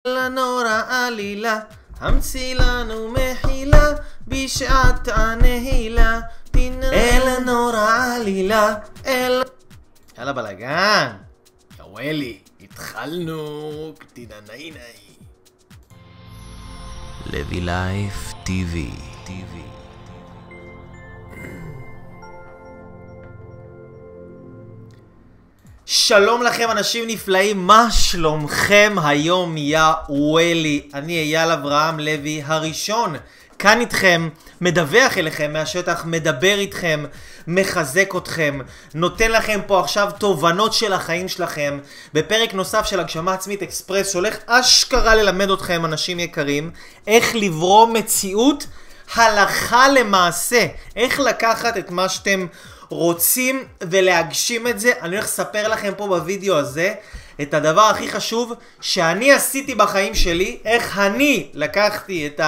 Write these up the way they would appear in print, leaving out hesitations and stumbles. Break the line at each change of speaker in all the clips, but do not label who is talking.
לנורא עלילה, המציא לנו מחילה, בשעת הנהילה, אל הנורא עלילה, אל... יאללה בלגן, יאוולי, התחלנו, קטינה נאי נאי.
לוי לייף טיווי.
שלום לכם אנשים נפלאים, מה שלומכם היום יא וואלי? אני אייל אברהם לוי הראשון, כאן איתכם, מדווח אליכם מהשטח, מדבר איתכם, מחזק אתכם, נותן לכם פה עכשיו תובנות של החיים שלכם, בפרק נוסף של הגשמה עצמית אקספרס, שהולך אשכרה ללמד אתכם אנשים יקרים, איך לברוא מציאות הלכה למעשה, איך לקחת את מה שאתם רוצים ולהגשים את זה. אני הולך לספר לכם פה בווידאו הזה את הדבר הכי חשוב שאני עשיתי בחיים שלי, איך אני לקחתי את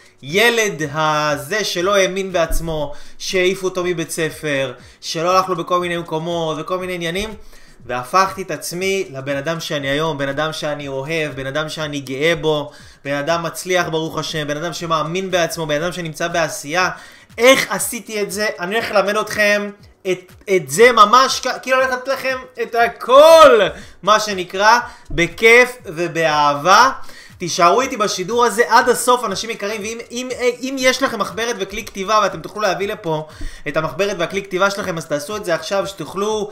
הילד הזה שלא האמין בעצמו, שהעיפו אותו מבית ספר, שלא הלך לו בכל מיני מקומות וכל מיני עניינים, והפכתי את עצמי לבן אדם שאני היום, בן אדם שאני אוהב, בן אדם שאני גאה בו, בן אדם מצליח ברוך השם, בן אדם שמאמין בעצמו, בן אדם שנמצא בעשייה. איך עשיתי את זה? אני הולך ללמד אתכם את זה ממש, כאילו הולך לתת לכם את הכל, מה שנקרא, בכיף ובאהבה. תישארו איתי בשידור הזה עד הסוף אנשים יקרים, ואם יש לכם מחברת וכלי כתיבה ואתם תוכלו להביא לפה את המחברת והכלי כתיבה שלכם, אז תעשו את זה עכשיו, שתוכלו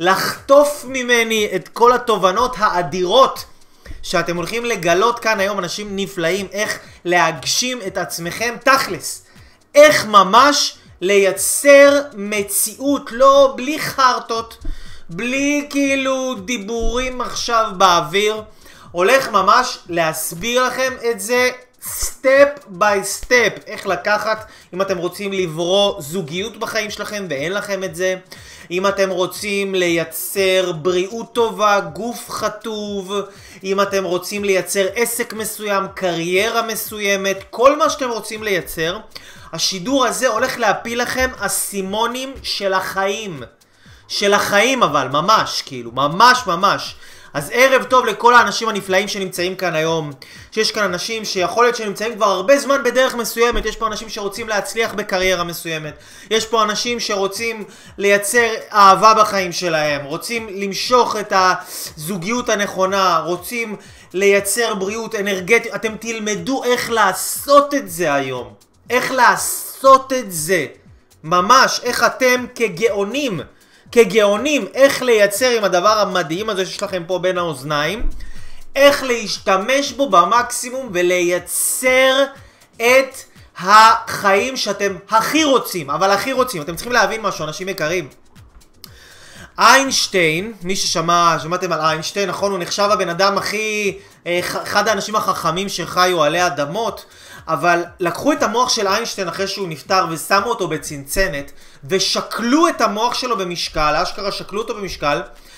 לחטוף ממני את כל התובנות האדירות שאתם הולכים לגלות כאן היום, אנשים נפלאים, איך להגשים את עצמכם תכלס, איך ממש לייצר מציאות, לא בלי חרטות, בלי כאילו דיבורים עכשיו באוויר. הולך ממש להסביר לכם את זה סטפ ביי סטפ, איך לקחת, אם אתם רוצים לברוא זוגיות בחיים שלכם ואין לכם את זה, אם אתם רוצים לייצר בריאות טובה, גוף חטוב, אם אתם רוצים לייצר עסק מסוים, קריירה מסוימת, כל מה שאתם רוצים לייצר, השידור הזה הולך להפיל לכם אסימונים של החיים. של החיים אבל, ממש, כאילו, ממש ממש. אז ערב טוב לכל האנשים הנפלאים שנמצאים כאן היום. שיש כאן אנשים שיכול להיות שנמצאים כבר הרבה זמן בדרך מסוימת. יש פה אנשים שרוצים להצליח בקריירה מסוימת. יש פה אנשים שרוצים לייצר אהבה בחיים שלהם. רוצים למשוך את הזוגיות הנכונה. רוצים לייצר בריאות אנרגטית. אתם תלמדו איך לעשות את זה היום. איך לעשות את זה. ממש, איך אתם כגאונים, איך לייצר עם הדבר המדהים הזה שיש לכם פה בין האוזניים, איך להשתמש בו במקסימום ולייצר את החיים שאתם הכי רוצים, אבל הכי רוצים. אתם צריכים להבין משהו, אנשים יקרים. איינשטיין, מי שמעתם על איינשטיין, נכון, הוא נחשב הבן אדם אחד האנשים החכמים שחיו עלי אדמות, אבל לקחו את המוח של איינשטיין אחרי שהוא נפטר ושמו אותו בצנצנת ושקלו את המוח שלו במשקל, אשכרה שקלו אותו במשקל,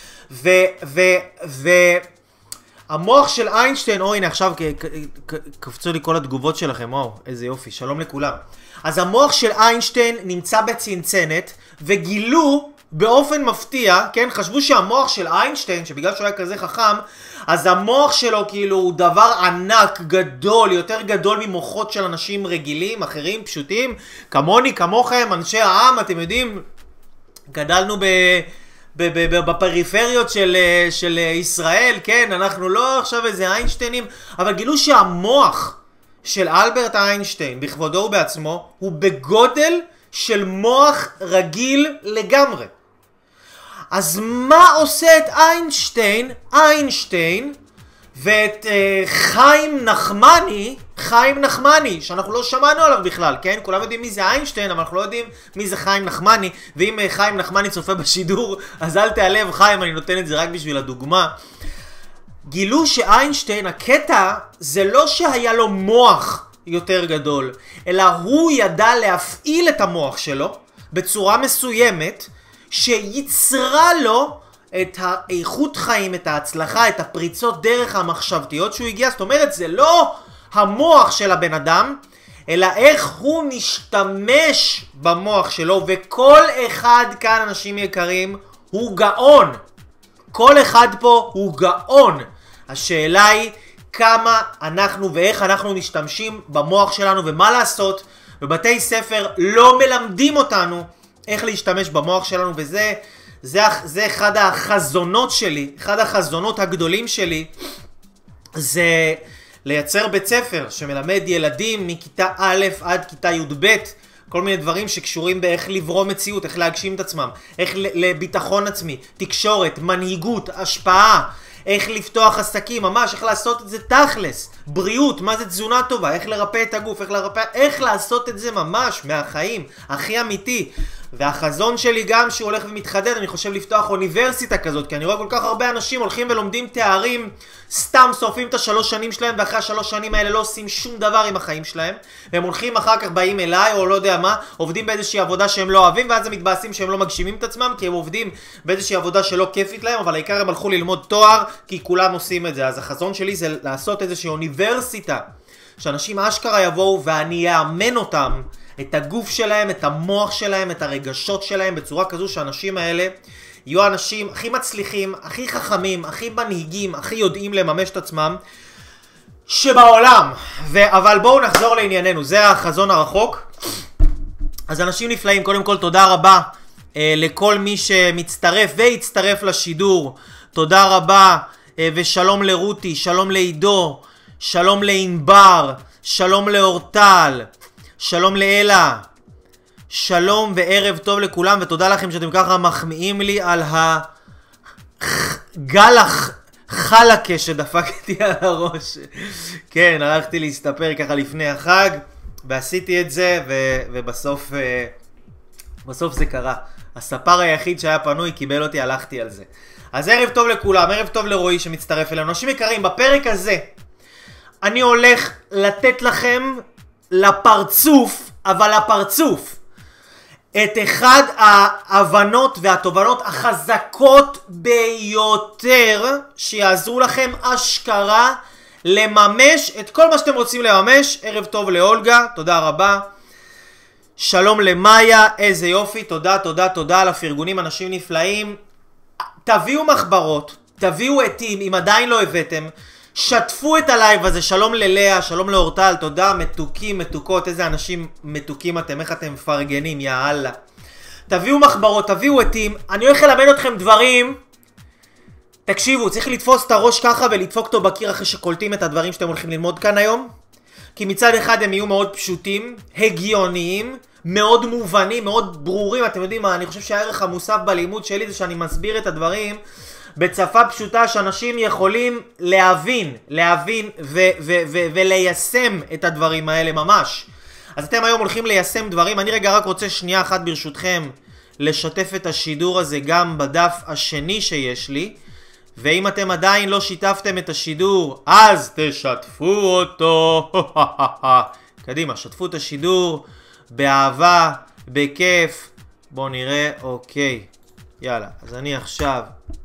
המוח של איינשטיין, הנה עכשיו קפצו לי כל התגובות שלכם, וואו, איזה יופי, שלום לכולם. אז המוח של איינשטיין נמצא בצנצנת וגילו באופן מפתיע, כן, חשבו שהמוח של איינשטיין, שבגלל שהוא היה כזה חכם, אז המוח שלו כאילו הוא דבר ענק, גדול, יותר גדול ממוחות של אנשים רגילים, אחרים, פשוטים, כמוני, כמוכם, אנשי העם, אתם יודעים, גדלנו בפריפריות של ישראל, כן, אנחנו לא עכשיו איזה איינשטיינים, אבל גילו שהמוח של אלברט איינשטיין, בכבודו ובעצמו, הוא בגודל של מוח רגיל לגמרי. אז מה עושה את איינשטיין ואת חיים נחמני, שאנחנו לא שמענו עליו בכלל, כן? כולם יודעים מי זה איינשטיין, אבל אנחנו לא יודעים מי זה חיים נחמני, ואם חיים נחמני צופה בשידור, אז אל תיעלב חיים, אני נותן את זה רק בשביל הדוגמה. גילו שאיינשטיין, הקטע זה לא שהיה לו מוח יותר גדול, אלא הוא ידע להפעיל את המוח שלו בצורה מסוימת שיצרה לו את האיכות חיים, את ההצלחה, את הפריצות דרך המחשבתיות שהוא הגיע. זאת אומרת, זה לא המוח של הבן אדם, אלא איך הוא משתמש במוח שלו, וכל אחד כאן, אנשים יקרים, הוא גאון. כל אחד פה הוא גאון. השאלה היא כמה אנחנו ואיך אנחנו משתמשים במוח שלנו, ומה לעשות, בבתי ספר לא מלמדים אותנו איך להשתמש במוח שלנו, וזה אחד החזונות שלי, אחד החזונות הגדולים שלי, זה לייצר בית ספר שמלמד ילדים מכיתה א' עד כיתה י"ב, כל מיני דברים שקשורים באיך לברוא מציאות, איך להגשים את עצמם, איך לביטחון עצמי, תקשורת, מנהיגות, השפעה, איך לפתוח עסקים, ממש, איך לעשות את זה תכלס, בריאות, מה זה תזונה טובה, איך לרפא את הגוף, איך לעשות את זה ממש מהחיים, הכי אמיתי. והחזון שלי גם שהוא הולך ומתחדד, אני חושב לפתוח אוניברסיטה כזאת, כי אני רואה כל כך הרבה אנשים הולכים ולומדים תארים, סתם שורפים את 3 שנים שלהם, ואחרי 3 שנים האלה לא עושים שום דבר עם החיים שלהם, והם הולכים אחר כך באים אליי, או לא יודע מה, עובדים באיזושהי עבודה שהם לא אוהבים, ואז הם מתבאסים שהם לא מגשימים את עצמם, כי הם עובדים באיזושהי עבודה שלא כיפית להם, אבל העיקר הם הלכו ללמוד תואר, כי כולם עושים את זה. אז החזון שלי זה לעשות איזושהי אוניברסיטה, שאנשים אשכרה יבואו ואני אאמן אותם, את הגוף שלהם, את המוח שלהם, את הרגשות שלהם, בצורה כזו שהאנשים האלה יהיו האנשים הכי מצליחים, הכי חכמים, הכי מנהיגים, הכי יודעים לממש את עצמם שבעולם. אבל בואו נחזור לענייננו, זה החזון הרחוק. אז אנשים נפלאים, קודם כל תודה רבה לכל מי שמצטרף והצטרף לשידור, תודה רבה, ושלום לרותי, שלום לעידו, שלום לענבר, שלום לאורטל, שלום לאלה, שלום וערב טוב לכולם, ותודה לכם שאתם ככה מחמיאים לי על הגלח חלקה שדפקתי על הראש. כן, הלכתי להסתפר ככה לפני החג ועשיתי את זה, ובסוף זה קרה. הספר היחיד שהיה פנוי קיבל אותי, הלכתי על זה. אז ערב טוב לכולם, ערב טוב לרועי שמצטרף אלינו. אנשים יקרים, בפרק הזה אני הולך לתת לכם לפרצוף, אבל לפרצוף, את אחד ההבנות והתובנות החזקות ביותר שיעזרו לכם אשכרה לממש את כל מה שאתם רוצים לממש. ערב טוב לאולגה, תודה רבה. שלום למאיה, איזה יופי, תודה, תודה, תודה על הפרגונים, אנשים נפלאים. תביאו מחברות, תביאו עתים, אם עדיין לא הבאתם, שתפו את הלייב הזה. שלום ללאה, שלום לאורטל, תודה, מתוקים, מתוקות, איזה אנשים מתוקים אתם, איך אתם מפרגנים, יא אללה. תביאו מחברות, תביאו עתים, אני הולך ללמד אתכם דברים. תקשיבו, צריך לתפוס את הראש ככה ולדפוק אותו בקיר אחרי שקולטים את הדברים שאתם הולכים ללמוד כאן היום. כי מצד אחד הם יהיו מאוד פשוטים, הגיוניים, מאוד מובנים, מאוד ברורים. אתם יודעים מה, אני חושב שהערך המוסף בלימוד שלי זה שאני מסביר את הדברים בצפה פשוטה שאנשים יכולים להבין וליישם את הדברים האלה ממש. אז אתם היום הולכים ליישם דברים. אני רגע רק רוצה שנייה אחת ברשותכם לשתף את השידור הזה גם בדף השני שיש לי. ואם אתם עדיין לא שיתפתם את השידור, אז תשתפו אותו. קדימה, שתפו את השידור באהבה, בכיף. בואו נראה, אוקיי. יאללה, אז אני עכשיו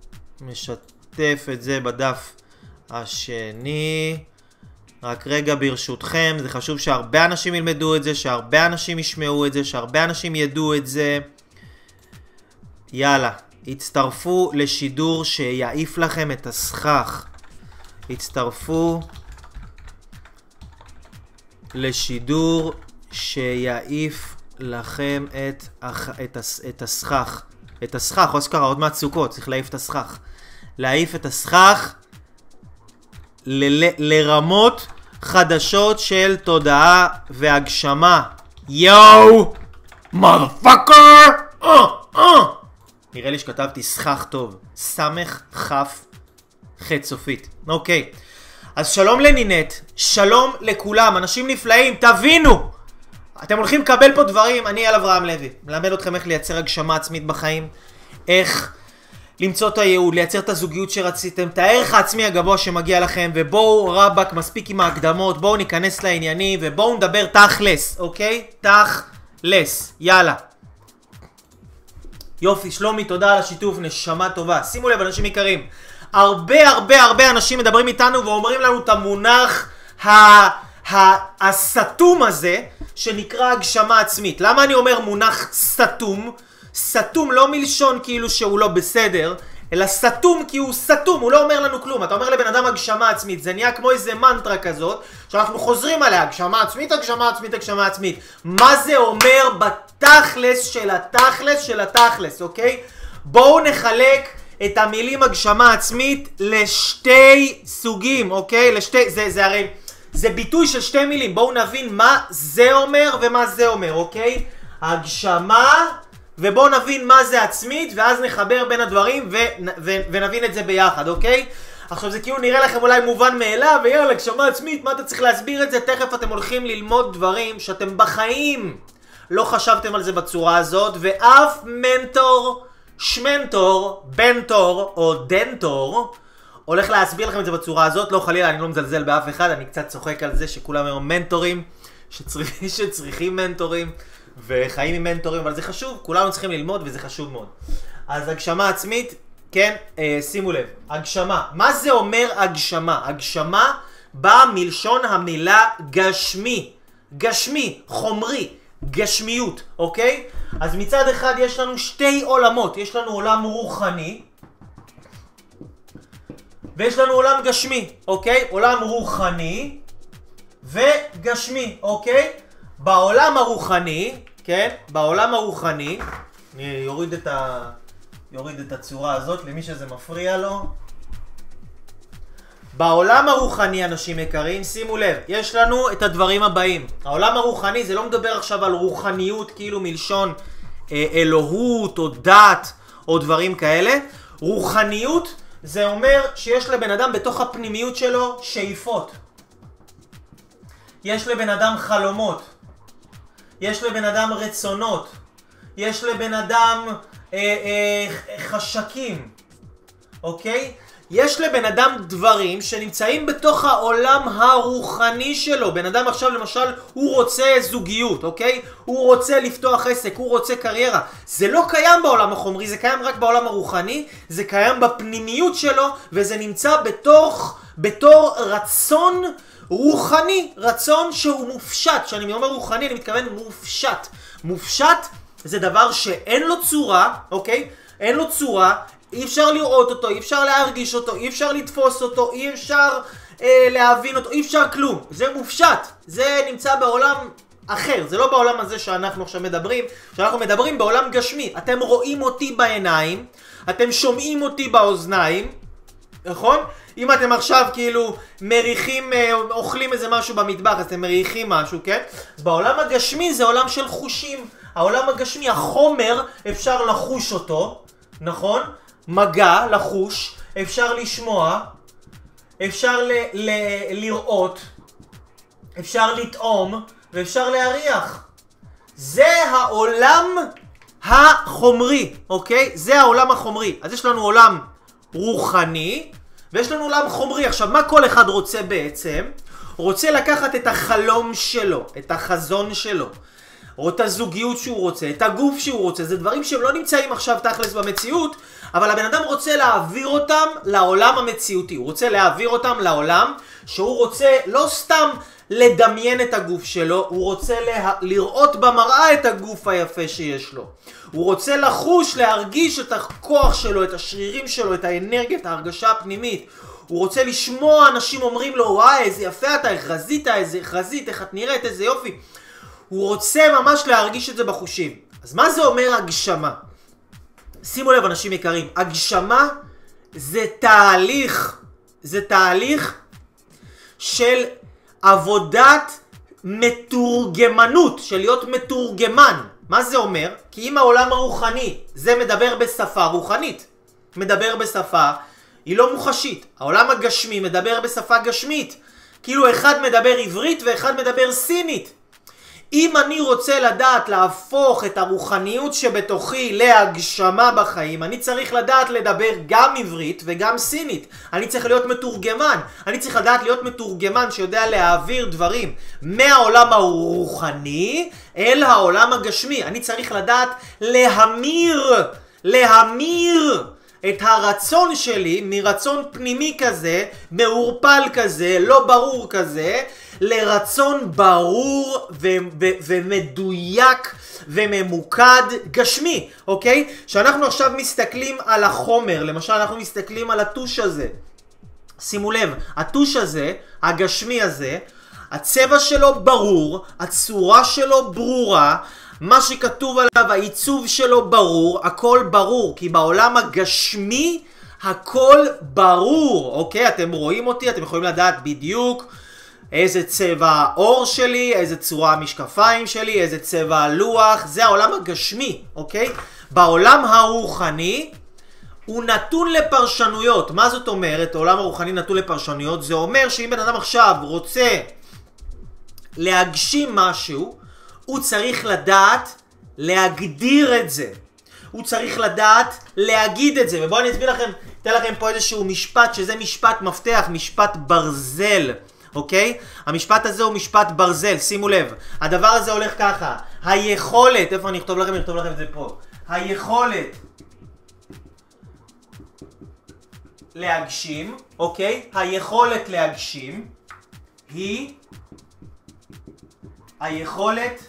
משתף את זה בדף השני. רק רגע ברשותכם, זה חשוב שהרבה אנשים ילמדו את זה, שהרבה אנשים ישמעו את זה, שהרבה אנשים ידעו את זה. יאללה, הצטרפו לשידור שיעיף לכם את הסכך. הצטרפו לשידור שיעיף לכם את הסכך. את הסכך, אוסקר, עוד מעט סוכות, צריך להעיף את הסכך. להעיף את הסכך לרמות חדשות של תודעה והגשמה. יואו! מודפאקר! נראה לי שכתבתי סכך טוב. סמך חף חץ סופית. אוקיי. אז שלום לנינט, שלום לכולם, אנשים נפלאים, תבינו! אתם הולכים לקבל פה דברים. אני אייל אברהם לוי, מלמד אתכם איך לייצר הגשמה עצמית בחיים, איך למצוא את הייעוד, לייצר את הזוגיות שרציתם, את הערך העצמי הגבוה שמגיע לכם. ובואו רבק, מספיק עם ההקדמות, בואו ניכנס לעניינים ובואו נדבר תכלס, אוקיי? תכלס, יאללה. יופי, שלומי, תודה על השיתוף, נשמה טובה. שימו לב, אנשים יקרים, הרבה אנשים מדברים איתנו ואומרים לנו את המונח הסתום הזה שנקרא הגשמה עצמית. למה אני אומר מונח סתום? סתום לא מלשון כאילו שהוא לא בסדר, אלא סתום כי הוא סתום, הוא לא אומר לנו כלום. אתה אומר לבן אדם הגשמה עצמית, זה נהיה כמו איזה מנטרה כזאת, שאנחנו חוזרים עליה, הגשמה עצמית, הגשמה עצמית, הגשמה עצמית. מה זה אומר בתכלס של התכלס של התכלס, אוקיי? בואו נחלק את המילים הגשמה עצמית לשתי סוגים, אוקיי? זה הרי, זה ביטוי של שתי מילים. בואו נבין מה זה אומר ומה זה אומר, אוקיי? הגשמה, ובואו נבין מה זה עצמית, ואז נחבר בין הדברים ונבין את זה ביחד, אוקיי? עכשיו זה כאילו נראה לכם אולי מובן מאליו, ויאללה, הגשמה עצמית, מה אתה צריך להסביר את זה? תכף אתם הולכים ללמוד דברים שאתם בחיים לא חשבתם על זה בצורה הזאת, ואף מנטור, שמנטור, בנטור או דנטור הולך להסביר לכם את זה בצורה הזאת. לא חלילה, אני לא מזלזל באף אחד, אני קצת צוחק על זה שכולם היום מנטורים, שצריכים מנטורים וחיים עם מנטורים, אבל זה חשוב, כולנו צריכים ללמוד וזה חשוב מאוד. אז הגשמה עצמית, כן, שימו לב, הגשמה, מה זה אומר הגשמה? הגשמה באה מלשון המילה גשמי, גשמי, חומרי, גשמיות, אוקיי? אז מצד אחד יש לנו שתי עולמות, יש לנו עולם רוחני ויש לנו עולם גשמי, אוקיי? עולם רוחני וגשמי, אוקיי? בעולם הרוחני, כן? בעולם הרוחני, אני יוריד את הצורה הזאת למי שזה מפריע לו. בעולם הרוחני, אנשים יקרים, שימו לב, יש לנו את הדברים הבאים. העולם הרוחני, זה לא מדבר עכשיו על רוחניות כאילו מלשון אלוהות או דת או דברים כאלה. רוחניות זה אומר שיש לבן אדם בתוך הפנימיות שלו שאיפות. יש לבן אדם חלומות. יש לבן אדם רצונות. יש לבן אדם חשקים. אוקיי? יש לבן אדם דברים שנמצאים בתוך העולם הרוחני שלו. בן אדם עכשיו למשל הוא רוצה זוגיות, אוקיי? הוא רוצה לפתוח עסק, הוא רוצה קריירה. זה לא קיים בעולם החומרי, זה קיים רק בעולם הרוחני. זה קיים בפנימיות שלו וזה נמצא בתור רצון רוחני, רצון שהוא מופשט. כשאני אומר רוחני אני מתכוון מופשט. מופשט זה דבר שאין לו צורה, אוקיי? אין לו צורה, אי אפשר לראות אותו, אי אפשר להרגיש אותו, אי אפשר לתפוס אותו, אי אפשר להבין אותו, אי אפשר כלום. זה מופשט, זה נמצא בעולם אחר, זה לא בעולם הזה שאנחנו עכשיו מדברים. שאנחנו מדברים בעולם גשמי, אתם רואים אותי בעיניים, אתם שומעים אותי באוזניים, נכון? אם אתם עכשיו כאילו מריחים, אוכלים איזה משהו במטבח, אז אתם מריחים משהו, כן? אז בעולם הגשמי זה עולם של חושים. העולם הגשמי, החומר, אפשר לחוש אותו, נכון? מגע, לחוש, אפשר לשמוע, אפשר לראות, אפשר לטעום, ואפשר להריח. זה העולם החומרי, אוקיי? זה העולם החומרי. אז יש לנו עולם רוחני, ויש לנו עולם חומרי. עכשיו, מה כל אחד רוצה בעצם? הוא רוצה לקחת את החלום שלו, את החזון שלו, או את הזוגיות שהוא רוצה, את הגוף שהוא רוצה. זה דברים שהם לא נמצאים עכשיו תכלס במציאות, אבל הבן אדם רוצה להעביר אותם לעולם המציאותי. הוא רוצה להעביר אותם לעולם שהוא רוצה לא סתם לדמיין את הגוף שלו, הוא רוצה לראות במראה את הגוף היפה שיש לו. הוא רוצה לחוש, להרגיש את הכוח שלו, את השרירים שלו, את האנרגיה, את ההרגשה הפנימית. הוא רוצה לשמוע אנשים אומרים לו, וואי, איזה יפה אתה, איך רזית, איזה חזית, איך את נראית, איזה יופי. הוא רוצה ממש להרגיש את זה בחושים. אז מה זה אומר הגשמה? שימו לב אנשים יקרים, הגשמה זה תהליך של עבודת מתורגמנות, של להיות מתורגמן. מה זה אומר? כי אם העולם הרוחני זה מדבר בשפה רוחנית, מדבר בשפה, היא לא מוחשית. העולם הגשמי מדבר בשפה גשמית, כאילו אחד מדבר עברית ואחד מדבר סינית. אם אני רוצה לדעת להפוך את הרוחניות שבתוכי להגשמה בחיים, אני צריך לדעת לדבר גם עברית וגם סינית. אני צריך להיות מתורגמן. אני צריך לדעת להיות מתורגמן שיודע להעביר דברים מהעולם הרוחני אל העולם הגשמי. אני צריך לדעת להמיר את הרצון שלי מרצון פנימי כזה, מעורפל כזה, לא ברור כזה, לרצון ברור ומדויק וממוקד גשמי, אוקיי? שאנחנו עכשיו מסתכלים על החומר, למשל אנחנו מסתכלים על הטוש הזה. שימו לב, הטוש הזה, הגשמי הזה, הצבע שלו ברור, הצורה שלו ברורה, מה שכתוב עליו, העיצוב שלו ברור, הכל ברור, כי בעולם הגשמי הכל ברור, אוקיי? אתם רואים אותי, אתם יכולים לדעת בדיוק איזה צבע העור שלי, איזה צורה המשקפיים שלי, איזה צבע הלוח, זה העולם הגשמי, אוקיי? בעולם הרוחני הוא נתון לפרשנויות. מה זאת אומרת? העולם הרוחני נתון לפרשנויות. זה אומר שאם בן אדם עכשיו רוצה להגשים משהו, הוא צריך לדעת להגדיר את זה. הוא צריך לדעת להגיד את זה. ובואו אני אתן לכם פה איזשהו משפט, שזה משפט מפתח, משפט ברזל. אוקיי? המשפט הזה הוא משפט ברזל, שימו לב. הדבר הזה הולך ככה. היכולת, איפה אני אכתוב לכם? אני אכתוב לכם את זה פה. היכולת להגשים, אוקיי? היכולת להגשים היא היכולת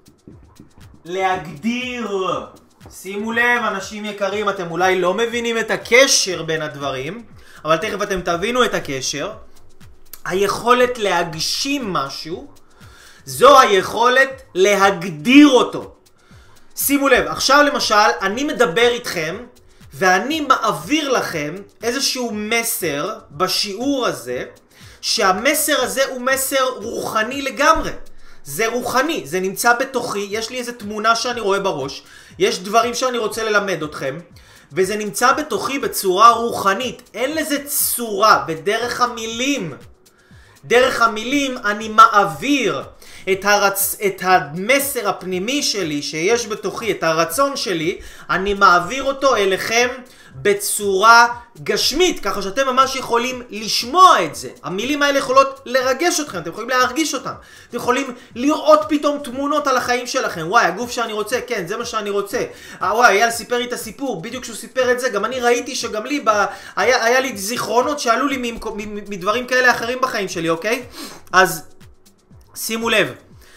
להגדיר. שימו לב, אנשים יקרים, אתם אולי לא מבינים את הקשר בין הדברים, אבל תכף אתם תבינו את הקשר. היכולת להגשים משהו, זו היכולת להגדיר אותו. שימו לב, עכשיו למשל, אני מדבר איתכם, ואני מעביר לכם איזשהו מסר בשיעור הזה, שהמסר הזה הוא מסר רוחני לגמרי. זה רוחני, זה נמצא בתוכי, יש לי איזו תמונה שאני רואה בראש, יש דברים שאני רוצה ללמד אתכם, וזה נמצא בתוכי בצורה רוחנית. אין לזה צורה, בדרך המילים. דרך המילים אני מעביר את המסר הפנימי שלי שיש בתוכי, את הרצון שלי, אני מעביר אותו אליכם בצורה גשמית, ככה שאתם ממש יכולים לשמוע את זה. המילים האלה יכולות לרגש אתכם, אתם יכולים להרגיש אותם. אתם יכולים לראות פתאום תמונות על החיים שלכם. וואי, הגוף שאני רוצה, כן, זה מה שאני רוצה. וואי, אייל סיפר לי את הסיפור, בדיוק כשהוא סיפר את זה, גם אני ראיתי שגם לי, היה לי זיכרונות שעלו לי מדברים כאלה אחרים בחיים שלי, אוקיי? אז שימו לב.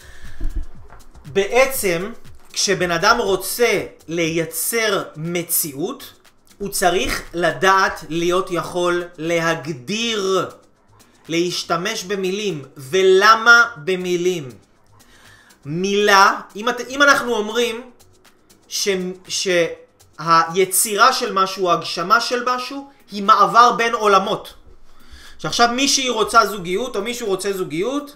בעצם, כשבן אדם רוצה לייצר מציאות, הוא צריך לדעת להיות יכול להגדיר, להשתמש במילים. ולמה במילים? מילה, אם אנחנו אומרים שהיצירה של משהו, ההגשמה של משהו, היא מעבר בין עולמות. שעכשיו מישהי רוצה זוגיות או מישהו רוצה זוגיות,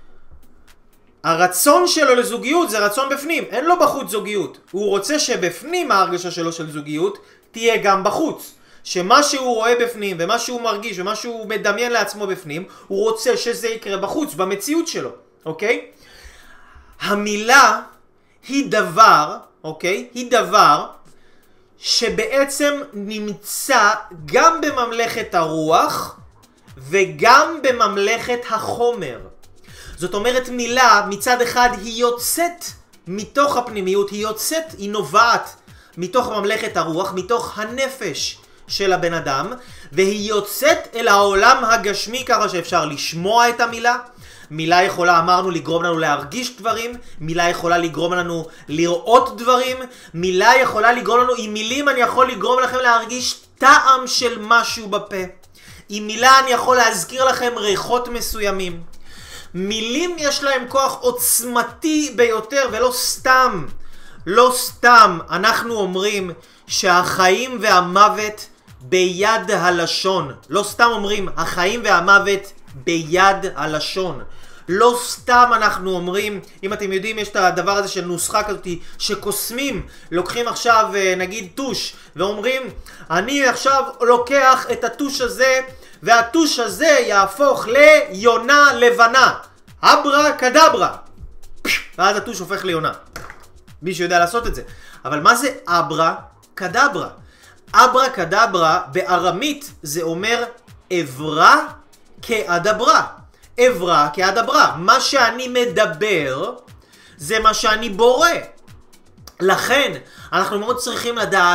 הרצון שלו לזוגיות זה רצון בפנים, אין לו בחוץ זוגיות. הוא רוצה שבפנים ההרגשה שלו של זוגיות תהיה גם בחוץ. שמה שהוא רואה בפנים ומה שהוא מרגיש ומה שהוא מדמיין לעצמו בפנים, הוא רוצה שזה יקרה בחוץ, במציאות שלו, אוקיי? המילה היא דבר, אוקיי? היא דבר שבעצם נמצא גם בממלכת הרוח וגם בממלכת החומר. זאת אומרת, מילה מצד אחד היא יוצאת מתוך הפנימיות, היא יוצאת, היא נובעת מתוך ממלכת הרוח, מתוך הנפש של הבן אדם, והיא יוצאת אל העולם הגשמי, ככה שאפשר לשמוע את המילה. מילה יכולה, אמרנו, לגרום לנו להרגיש דברים, מילה יכולה לגרום לנו לראות דברים, מילה יכולה לגרום לנו, עם מילים אני יכול לגרום לכם להרגיש טעם של משהו בפה. עם מילה אני יכול להזכיר לכם ריחות מסוימים. מילים יש להם כוח עוצמתי ביותר, ולא סתם. לא סתם אנחנו אומרים שהחיים והמוות ביד הלשון. לא סתם אומרים החיים והמוות ביד הלשון. לא סתם אנחנו אומרים, אם אתם יודעים, יש את הדבר הזה של נוסחה כזאת שקוסמים, לוקחים עכשיו נגיד טוש ואומרים, אני עכשיו לוקח את הטוש הזה והטוש הזה יהפוך ליונה לבנה. אברה קדברה. ואז הטוש הופך ליונה. מי שיודע לעשות את זה. אבל מה זה אברה קדברה? אברה קדברה בארמית זה אומר אברה כאדברה. אברה כאדברה. מה שאני מדבר זה מה שאני בורא. לכן אנחנו מאוד צריכים לדעת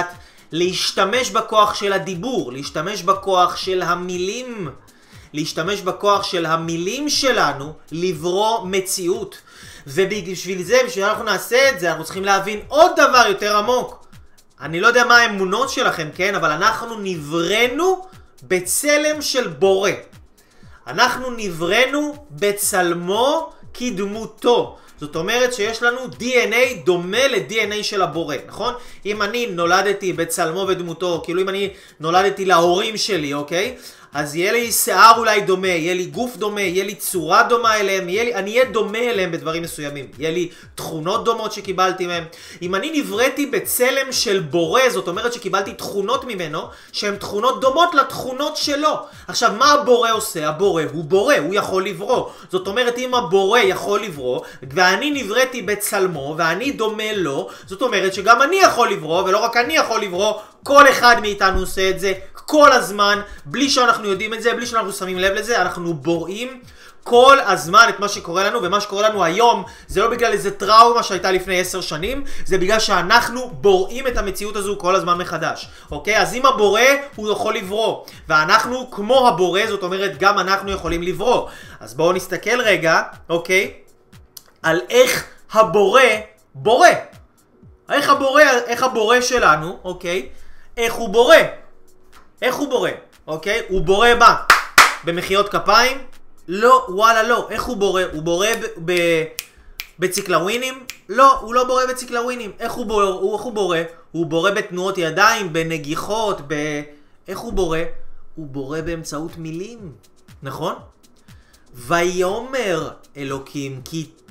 להשתמש בכוח של הדיבור, להשתמש בכוח של המילים, להשתמש בכוח של המילים שלנו לברוא מציאות. ובשביל זה, בשביל שאנחנו נעשה את זה, אנחנו צריכים להבין עוד דבר יותר עמוק. אני לא יודע מה האמונות שלכם, כן? אבל אנחנו נבראנו בצלם של בורא. אנחנו נבראנו בצלמו כדמותו. זאת אומרת שיש לנו DNA דומה ל-DNA של הבורא, נכון? אם אני נולדתי בצלמו ודמותו, כאילו אם אני נולדתי להורים שלי, אוקיי? אז יהיה לי שיער אולי דומה, יהיה לי גוף דומה, יהיה לי צורה דומה אליהם, אני אהיה דומה אליהם בדברים מסוימים. יהיה לי תכונות דומות שקיבלתי מהם. אם אני נבראתי בצלם של בורא, זאת אומרת שקיבלתי תכונות ממנו, שהן תכונות דומות לתכונות שלו. עכשיו, מה הבורא עושה? הבורא הוא בורא, הוא יכול לברוא. זאת אומרת, אם הבורא יכול לברוא, ואני נבראתי בצלמו, ואני דומה לו, זאת אומרת שגם אני יכול לברוא, ולא רק אני יכול לברוא, כל אחד מאיתנו עושה את זה כל הזמן, בלי שאנחנו יודעים את זה, בלי שאנחנו שמים לב לזה. אנחנו בוראים כל הזמן את מה שקורה לנו, ומה שקורה לנו היום זה לא בגלל איזה טראומה שהייתה לפני 10 שנים, זה בגלל שאנחנו בוראים את המציאות הזו כל הזמן מחדש, אוקיי? אז אם הבורא הוא יכול לברוא, ואנחנו כמו הבורא, זאת אומרת גם אנחנו יכולים לברוא. אז בואו נסתכל רגע, אוקיי? על איך הבורא בורא. איך הבורא שלנו, אוקיי? איך הוא בורא? איך הוא בורא? אוקיי? הוא בורא מה? במחיאות כפיים? לא, וואלה לא. איך הוא בורא? הוא בורא בציקלווינים? לא, הוא לא בורא בציקלווינים. איך הוא בורא? הוא בורא בתנועות ידיים, בנגיחות, איך הוא בורא? הוא בורא באמצעות מילים. נכון? ויאמר אלוקים,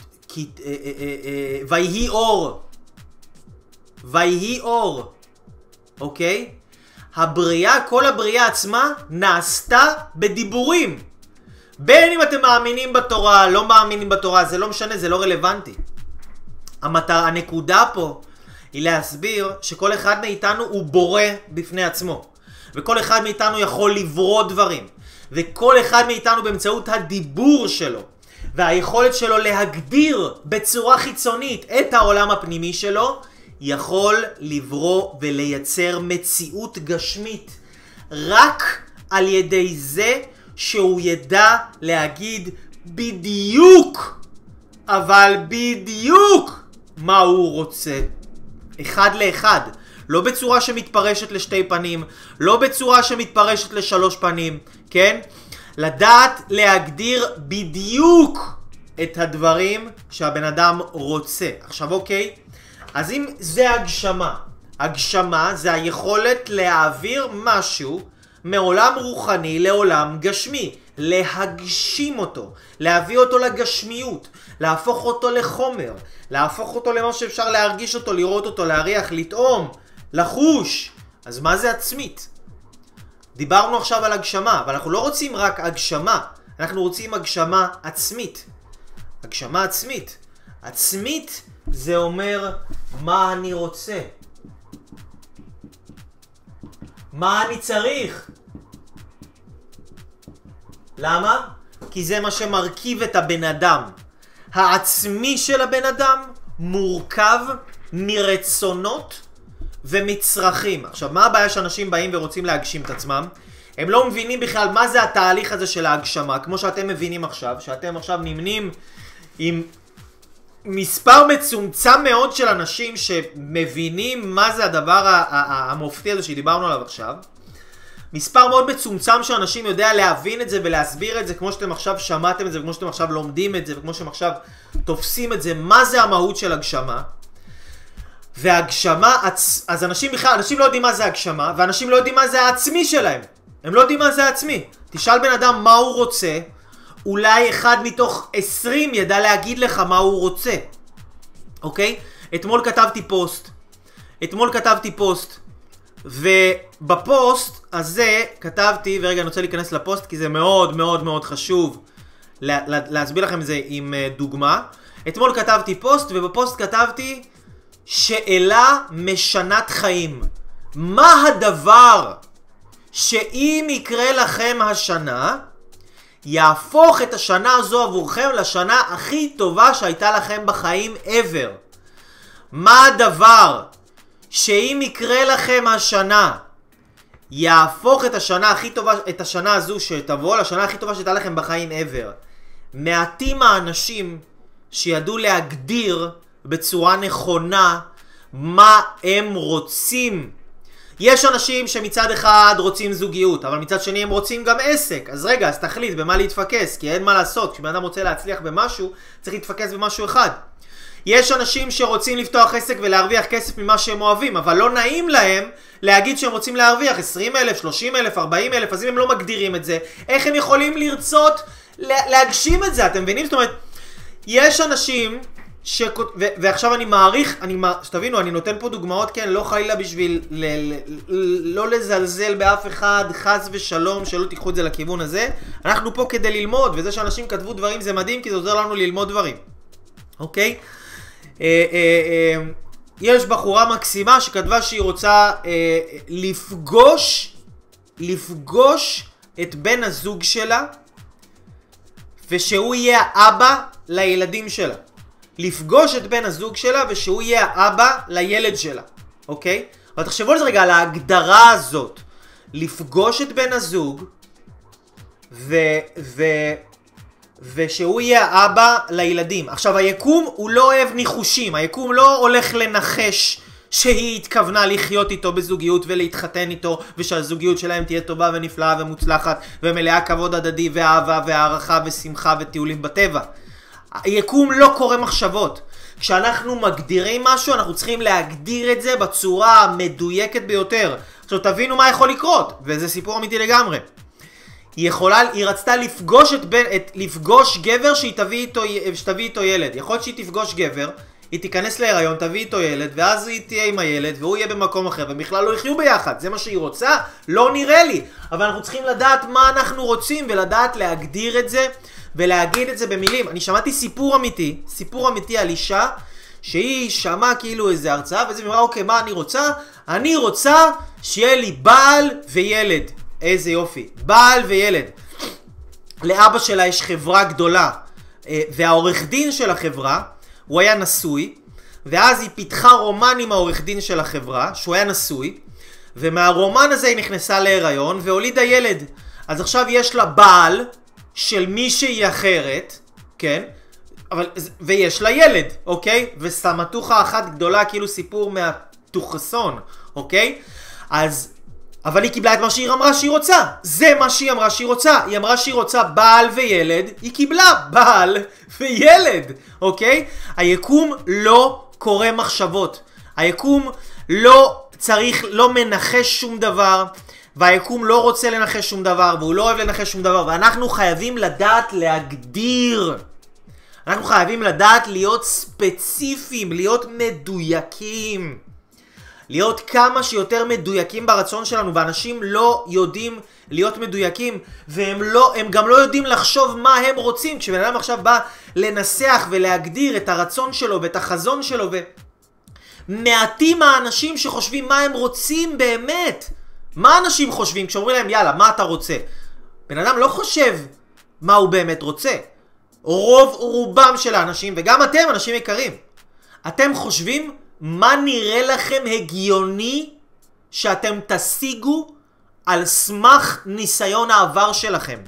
ויהי אור. ויהי אור. אוקיי? הבריאה, כל הבריאה עצמה נעשתה בדיבורים. בין אם אתם מאמינים בתורה, לא מאמינים בתורה, זה לא משנה, זה לא רלוונטי. הנקודה פה היא להסביר שכל אחד מאיתנו הוא בורא בפני עצמו. וכל אחד מאיתנו יכול לברוא דברים. וכל אחד מאיתנו באמצעות הדיבור שלו והיכולת שלו להגדיר בצורה חיצונית את העולם הפנימי שלו, יכול לברוא ולייצר מציאות גשמית רק על ידי זה שהוא ידע להגיד בדיוק, אבל בדיוק מה הוא רוצה. אחד לאחד. לא בצורה שמתפרשת לשתי פנים, לא בצורה שמתפרשת לשלוש פנים, כן? לדעת להגדיר בדיוק את הדברים שהבן אדם רוצה. עכשיו אוקיי? אז אם זה הגשמה, הגשמה זה היכולת להעביר משהו מעולם רוחני לעולם גשמי, להגשים אותו, להביא אותו לגשמיות, להפוך אותו לחומר, להפוך אותו למה שאפשר להרגיש אותו, לראות אותו, להריח, לטעום, לחוש. אז מה זה עצמית? דיברנו עכשיו על הגשמה, אבל אנחנו לא רוצים רק הגשמה, אנחנו רוצים הגשמה עצמית. הגשמה עצמית. עצמית זה אומר מה אני רוצה, מה אני צריך. למה? כי זה מה שמרכיב את הבן אדם. העצמי של הבן אדם מורכב מרצונות ומצרכים. עכשיו, מה הבעיה שאנשים באים ורוצים להגשים את עצמם? הם לא מבינים בכלל מה זה התהליך הזה של ההגשמה, כמו שאתם מבינים עכשיו, שאתם עכשיו נמנים עם מספר מצומצם מאוד של אנשים שמבינים מה זה הדבר המופתי הזה שדיברנו עליו עכשיו. מספר מאוד מצומצם של אנשים יודע להבין את זה ולהסביר את זה כמו שאתם עכשיו שמעתם את זה, וכמו שאתם עכשיו לומדים את זה, וכמו שאתם עכשיו תופסים את זה, מה זה המהות של הגשמה. והגשמה, אז אנשים בכלל, אנשים לא יודעים מה זה הגשמה, ואנשים לא יודעים מה זה העצמי שלהם. הם לא יודעים מה זה העצמי. תשאל בן אדם מה הוא רוצה, אולי אחד מתוך 20 ידע להגיד לך מה הוא רוצה. אוקיי? אתמול כתבתי פוסט, ובפוסט הזה כתבתי, ורגע אני רוצה להיכנס לפוסט כי זה מאוד מאוד מאוד חשוב להסביר לכם את זה עם דוגמה. אתמול כתבתי פוסט, ובפוסט כתבתי שאלה משנת חיים. מה הדבר שאם יקרה לכם השנה, יהפוך את השנה הזו עבורכם לשנה הכי טובה שהייתה לכם בחיים ever? מה הדבר שאם יקרה לכם השנה, יהפוך את השנה הכי טובה, את השנה הזו שתבוא לשנה הכי טובה שתהיה לכם בחיים ever. מעטים האנשים שידעו להגדיר בצורה נכונה מה הם רוצים. יש אנשים שמצד אחד רוצים זוגיות, אבל מצד שני הם רוצים גם עסק. אז רגע, אז תחליט במה להתפקס, כי אין מה לעשות. כשבן אדם רוצה להצליח במשהו, צריך להתפקס במשהו אחד. יש אנשים שרוצים לפתוח עסק ולהרוויח כסף ממה שהם אוהבים, אבל לא נעים להם להגיד שהם רוצים להרוויח 20,000, 30,000, 40,000, אז אם הם לא מגדירים את זה, איך הם יכולים לרצות להגשים את זה? אתם מבינים? זאת אומרת, יש אנשים ועכשיו אני מעריך, שתבינו, אני נותן פה דוגמאות, כן, לא חלילה בשביל לא לזלזל באף אחד, חס ושלום, שלא תיקחו את זה לכיוון הזה. אנחנו פה כדי ללמוד, וזה שאנשים כתבו דברים זה מדהים, כי זה עוזר לנו ללמוד דברים. אוקיי? יש בחורה מקסימה שכתבה שהיא רוצה לפגוש את בן הזוג שלה, ושהוא יהיה האבא לילדים שלה. לפגוש את בן הזוג שלה ושהוא יהיה האבא לילד שלה, אוקיי? אבל תחשבו על זה רגע, על ההגדרה הזאת. לפגוש את בן הזוג ושהוא יהיה האבא לילדים. עכשיו, היקום הוא לא אוהב ניחושים, היקום לא הולך לנחש שהיא התכוונה לחיות איתו בזוגיות ולהתחתן איתו, ושהזוגיות שלהם תהיה טובה ונפלאה ומוצלחת ומלאה כבוד הדדי ואהבה והערכה ושמחה וטיולים בטבע. היקום לא קורא מחשבות. כשאנחנו מגדירים משהו, אנחנו צריכים להגדיר את זה בצורה המדויקת ביותר. עכשיו תבינו מה יכול לקרות, וזה סיפור אמיתי לגמרי. היא רצתה לפגוש גבר שתביא איתו ילד. יכול להיות שהיא תפגוש גבר, היא תיכנס להיריון, תביא איתו ילד, ואז היא תהיה עם הילד, והוא יהיה במקום אחר, ובכלל לא יחיו ביחד. זה מה שהיא רוצה? לא נראה לי. אבל אנחנו צריכים לדעת מה אנחנו רוצים, ולדעת להגדיר את זה, ולהגיד את זה במילים. אני שמעתי סיפור אמיתי על אישה, שהיא שמעה כאילו איזה הרצאה, וזה אמרה, אוקיי, מה אני רוצה? אני רוצה שיהיה לי בעל וילד. איזה יופי. בעל וילד. לאבא שלה יש חברה גדולה, והעורך דין של החברה, הוא היה נשוי, ואז היא פיתחה רומן עם העורך דין של החברה, שהוא היה נשוי, ומהרומן הזה היא נכנסה להיריון, והולידה ילד. אז עכשיו יש לה בעל של מישהי אחרת, כן? ויש לה ילד, אוקיי? וסמטוחה אחת גדולה, כאילו סיפור מהתוכסון, אוקיי? אז אבל היא קיבלה את מה שהיא אמרה שהיא רוצה. זה מה שהיא אמרה שהיא רוצה. היא אמרה שהיא רוצה בעל וילד, היא קיבלה בעל וילד, אוקיי? היקום לא קורא מחשבות. היקום לא מנחש שום דבר, והיקום לא רוצה לנחש שום דבר, והוא לא אוהב לנחש שום דבר, ואנחנו חייבים לדעת להגדיר. אנחנו חייבים לדעת להיות ספציפיים, להיות מדויקים. להיות כמה שיותר מדויקים ברצון שלנו, ואנשים לא יודעים להיות מדויקים, והם גם לא יודעים לחשוב מה הם רוצים. כשבן אדם עכשיו בא לנסח ולהגדיר את הרצון שלו ואת החזון שלו, ומעטים האנשים שחושבים מה הם רוצים באמת. מה אנשים חושבים כשאומרים להם יאללה, מה אתה רוצה? בן אדם לא חושב מה הוא באמת רוצה. רובם של האנשים, וגם אתם אנשים יקרים, אתם חושבים מה נראה לכם הגיוני שאתם תשיגו על סמך ניסיון העבר שלכם.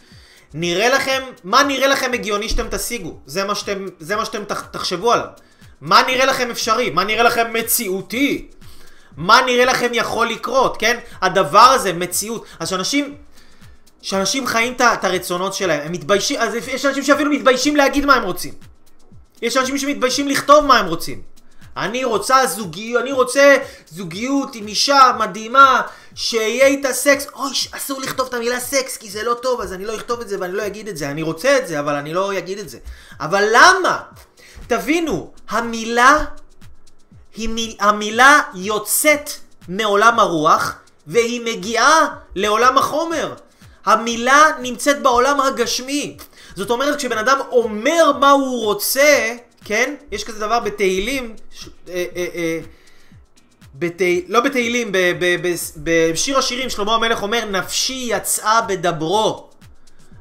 מה נראה לכם הגיוני שאתם תשיגו? זה מה שאתם תחשבו עליו. מה נראה לכם אפשרי? מה נראה לכם מציאותי? מה נראה לכם יכול לקרות? כן? הדבר הזה, מציאות. אז שאנשים חיים את הרצונות שלהם, הם מתביישים, אז יש אנשים שאפילו מתביישים להגיד מה הם רוצים. יש אנשים שמתביישים לכתוב מה הם רוצים. אני רוצה זוגיות עם אישה מדהימה, שיהיה איתה סקס. אוי, אסור לכתוב את המילה סקס, כי זה לא טוב, אז אני לא אכתוב את זה ואני לא אגיד את זה. אני רוצה את זה, אבל אני לא אגיד את זה. אבל למה? תבינו, המילה יוצאת מעולם הרוח, והיא מגיעה לעולם החומר. המילה נמצאת בעולם הגשמי. זאת אומרת, כשבן אדם אומר מה הוא רוצה, כן? יש כזה דבר בתהילים, לא בתהילים, בשיר השירים שלמה המלך אומר, נפשי יצאה בדברו.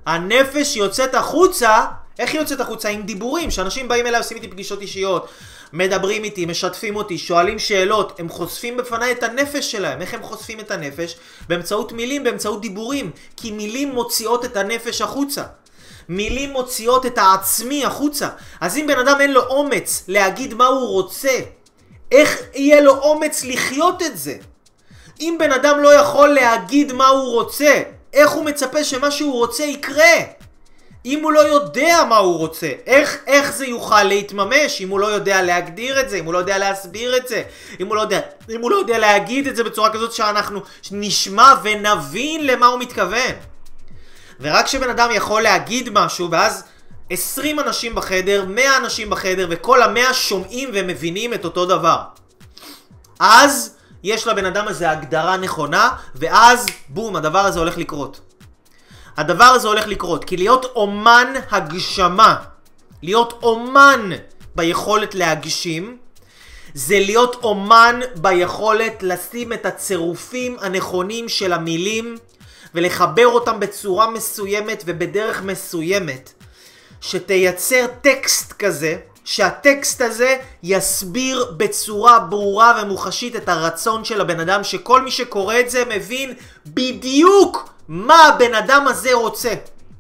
הנפש יוצאת החוצה. איך היא יוצאת החוצה? עם דיבורים, שאנשים באים אליי עושים איתי פגישות אישיות, מדברים איתי, משתפים אותי, שואלים שאלות, הם חושפים בפניי את הנפש שלהם. איך הם חושפים את הנפש? באמצעות מילים, באמצעות דיבורים. כי מילים מוציאות את הנפש החוצה. מילים מוציאות את העצמי החוצה. אז אם בן אדם אין לו אומץ להגיד מה הוא רוצה, איך יהיה לו אומץ לחיות את זה? אם בן אדם לא יכול להגיד מה הוא רוצה, איך הוא מצפה שמה שהוא רוצה יקרה? אם הוא לא יודע מה הוא רוצה, איך זה יוכל להתממש? אם הוא לא יודע להגדיר את זה, אם הוא לא יודע להסביר את זה, אם הוא לא יודע להגיד את זה בצורה כזאת שאנחנו נשמע ונבין למה הוא מתכוון. ורק כשבן אדם יכול להגיד משהו, ואז 20 אנשים בחדר, 100 אנשים בחדר, וכל ה100 שומעים ומבינים את אותו דבר, אז יש לבן אדם הזה הגדרה נכונה, ואז בום, הדבר הזה הולך לקרות. הדבר הזה הולך לקרות, כי להיות אומן הגשמה, להיות אומן ביכולת להגשים, זה להיות אומן ביכולת לשים את הצירופים הנכונים של המילים, ולחבר אותם בצורה מסוימת ובדרך מסוימת, שתייצר טקסט כזה, שהטקסט הזה יסביר בצורה ברורה ומוחשית את הרצון של הבן אדם, שכל מי שקורא את זה מבין בדיוק מה הבן אדם הזה רוצה.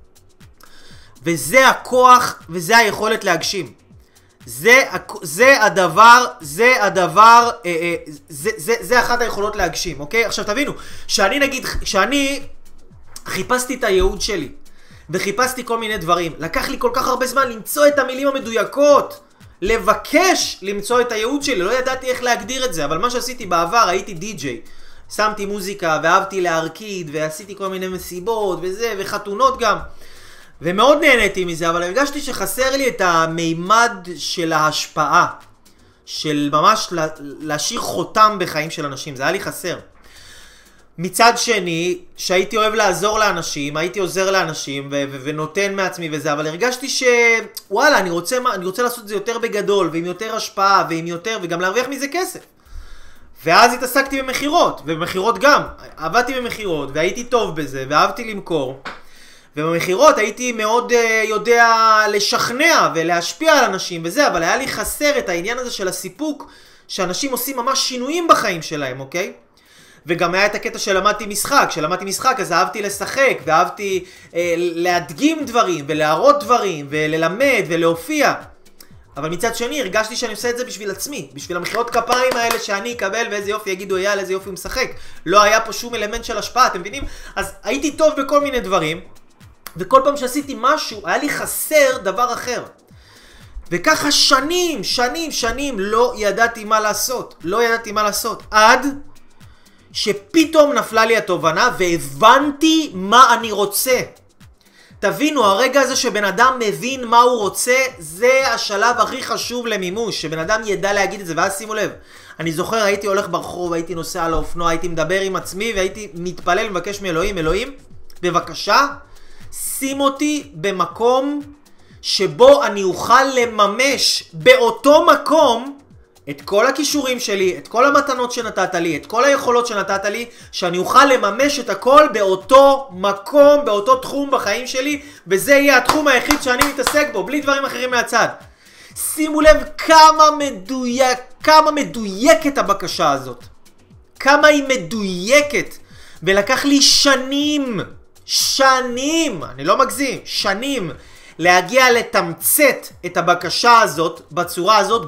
וזה הכוח וזה היכולת להגשים. זה אחת היכולות להגשים, אוקיי? עכשיו תבינו, שאני חיפשתי את הייעוד שלי, וחיפשתי כל מיני דברים, לקח לי כל כך הרבה זמן למצוא את המילים המדויקות, לבקש למצוא את הייעוד שלי, לא ידעתי איך להגדיר את זה, אבל מה שעשיתי בעבר, הייתי די-ג'יי, שמתי מוזיקה ואהבתי להרקיד, ועשיתי כל מיני מסיבות וזה, וחתונות גם, ומאוד נהניתי מזה, אבל הרגשתי שחסר לי את המימד של ההשפעה, של ממש להשאיר חותם בחיים של אנשים, זה היה לי חסר. מצד שני, שהייתי אוהב לעזור לאנשים, הייתי עוזר לאנשים ונותן מעצמי וזה, אבל הרגשתי שוואלה, אני רוצה לעשות את זה יותר בגדול, ועם יותר השפעה, וגם להרוויח מזה כסף. ואז התעסקתי במחירות, ובמחירות גם. עבדתי במחירות, והייתי טוב בזה, ואהבתי למכור. ובמחירות הייתי מאוד יודע לשכנע ולהשפיע על אנשים וזה, אבל היה לי חסר את העניין הזה של הסיפוק, שאנשים עושים ממש שינויים בחיים שלהם, אוקיי? וגם היה את הקטע שלמדתי משחק. כשלמדתי משחק אז אהבתי לשחק, ואהבתי להדגים דברים, ולהראות דברים, וללמד, ולהופיע. אבל מצד שני הרגשתי שאני עושה את זה בשביל עצמי, בשביל המחיאות כפיים האלה שאני אקבל, ואיזה יופי יגידו, אייל, איזה יופי הוא משחק. לא היה פה שום אלמנט של השפעה, אתם מבינים? אז הייתי טוב בכל מיני דברים, וכל פעם שעשיתי משהו, היה לי חסר דבר אחר. וככה שנים לא ידעתי מה לעשות. עד שפתאום נפלה לי התובנה והבנתי מה אני רוצה. תבינו, הרגע הזה שבן אדם מבין מה הוא רוצה, זה השלב הכי חשוב למימוש, שבן אדם ידע להגיד את זה. ואז שימו לב, אני זוכר, הייתי הולך ברחוב, הייתי נוסע על האופנוע, הייתי מדבר עם עצמי, והייתי מתפלל ומבקש מאלוהים, אלוהים, בבקשה, שים אותי במקום שבו אני אוכל לממש באותו מקום את כל הכישורים שלי, את כל המתנות שנתת לי, את כל היכולות שנתת לי, שאני אוכל לממש את הכל באותו מקום, באותו תחום בחיים שלי, וזה יהיה התחום היחיד שאני מתעסק בו, בלי דברים אחרים מהצד. שימו לב כמה מדויקת הבקשה הזאת. כמה היא מדויקת. ולקח לי שנים, אני לא מגזים, שנים, להגיע לתמצת את הבקשה הזאת בצורה הזאת,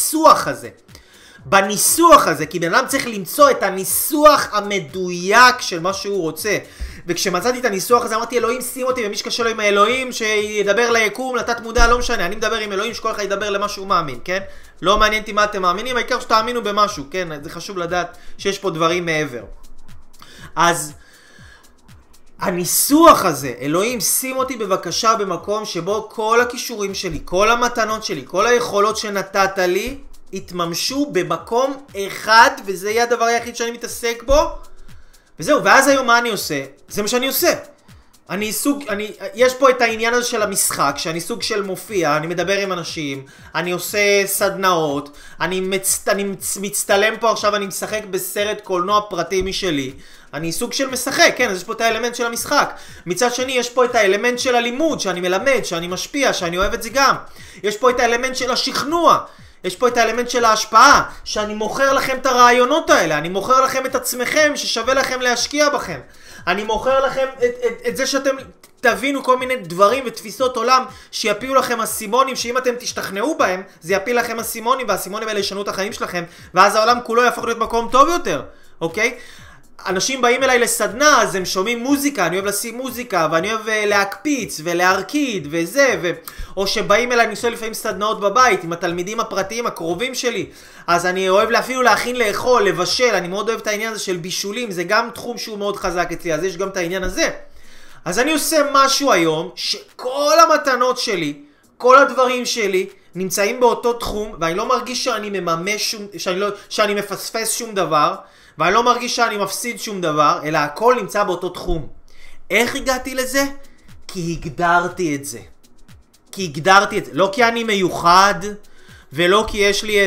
בניסוח הזה, כי בן אדם צריך למצוא את הניסוח המדויק של מה שהוא רוצה. וכשמצאתי את הניסוח הזה אמרתי, אלוהים שים אותי, ומי שקשה לו עם האלוהים שידבר ליקום, לתת מודע, לא משנה, אני מדבר עם אלוהים שכל אחד ידבר למה שהוא מאמין, כן? לא מעניין אותי מה אתם מאמינים, העיקר שתאמינו במשהו, כן? זה חשוב לדעת שיש פה דברים מעבר. אז הניסוח הזה, אלוהים שים אותי בבקשה במקום שבו כל הכישורים שלי, כל המתנות שלי, כל היכולות שנתת לי, התממשו במקום אחד, וזה יהיה הדבר היחיד שאני מתעסק בו, וזהו. ואז היום מה אני עושה? זה מה שאני עושה. יש פה את העניין הזה של המשחק, שאני סוג של מופיע, אני מדבר עם אנשים, אני עושה סדנאות, אני מצטלם פה עכשיו, אני משחק בסרט קולנוע פרטי משלי, אני סוג של משחק, כן, אז יש פה את האלמנט של המשחק. מצד שני, יש פה את האלמנט של הלימוד, שאני מלמד, שאני משפיע, שאני אוהב את זה גם. יש פה את האלמנט של השכנוע. יש פה את האלמנט של ההשפעה, שאני מוכר לכם את הרעיונות האלה, אני מוכר לכם את עצמכם ששווה לכם להשקיע בכם. אני מוכר לכם את זה שאתם תבינו כל מיני דברים ותפיסות עולם שיפילו לכם אסימונים, שאם אתם תשתכנעו בהם, זה יפיל לכם אסימונים, והאסימונים האלה ישנו את החיים שלכם, ואז העולם כולו יהפוך להיות מקום טוב יותר, אוקיי? אנשים באים אליי לסדנה, אז הם שומעים מוזיקה, אני אוהב לשים מוזיקה, ואני אוהב להקפיץ ולהרקיד וזה, או שבאים אליי, אני עושה לפעמים סדנאות בבית עם התלמידים הפרטיים הקרובים שלי, אז אני אוהב אפילו להכין לאכול, לבשל, אני מאוד אוהב את העניין הזה של בישולים, זה גם תחום שהוא מאוד חזק אצלי, אז יש גם את העניין הזה. אז אני עושה משהו היום, שכל המתנות שלי, כל הדברים שלי, נמצאים באותו תחום, ואני לא מרגיש שאני מממש שאני מפספס שום דבר, ואני לא מרגיש שאני מפסיד שום דבר, אלא הכל נמצא באותו תחום. איך הגעתי לזה? כי הגדרתי את זה. לא כי אני מיוחד, ולא כי יש לי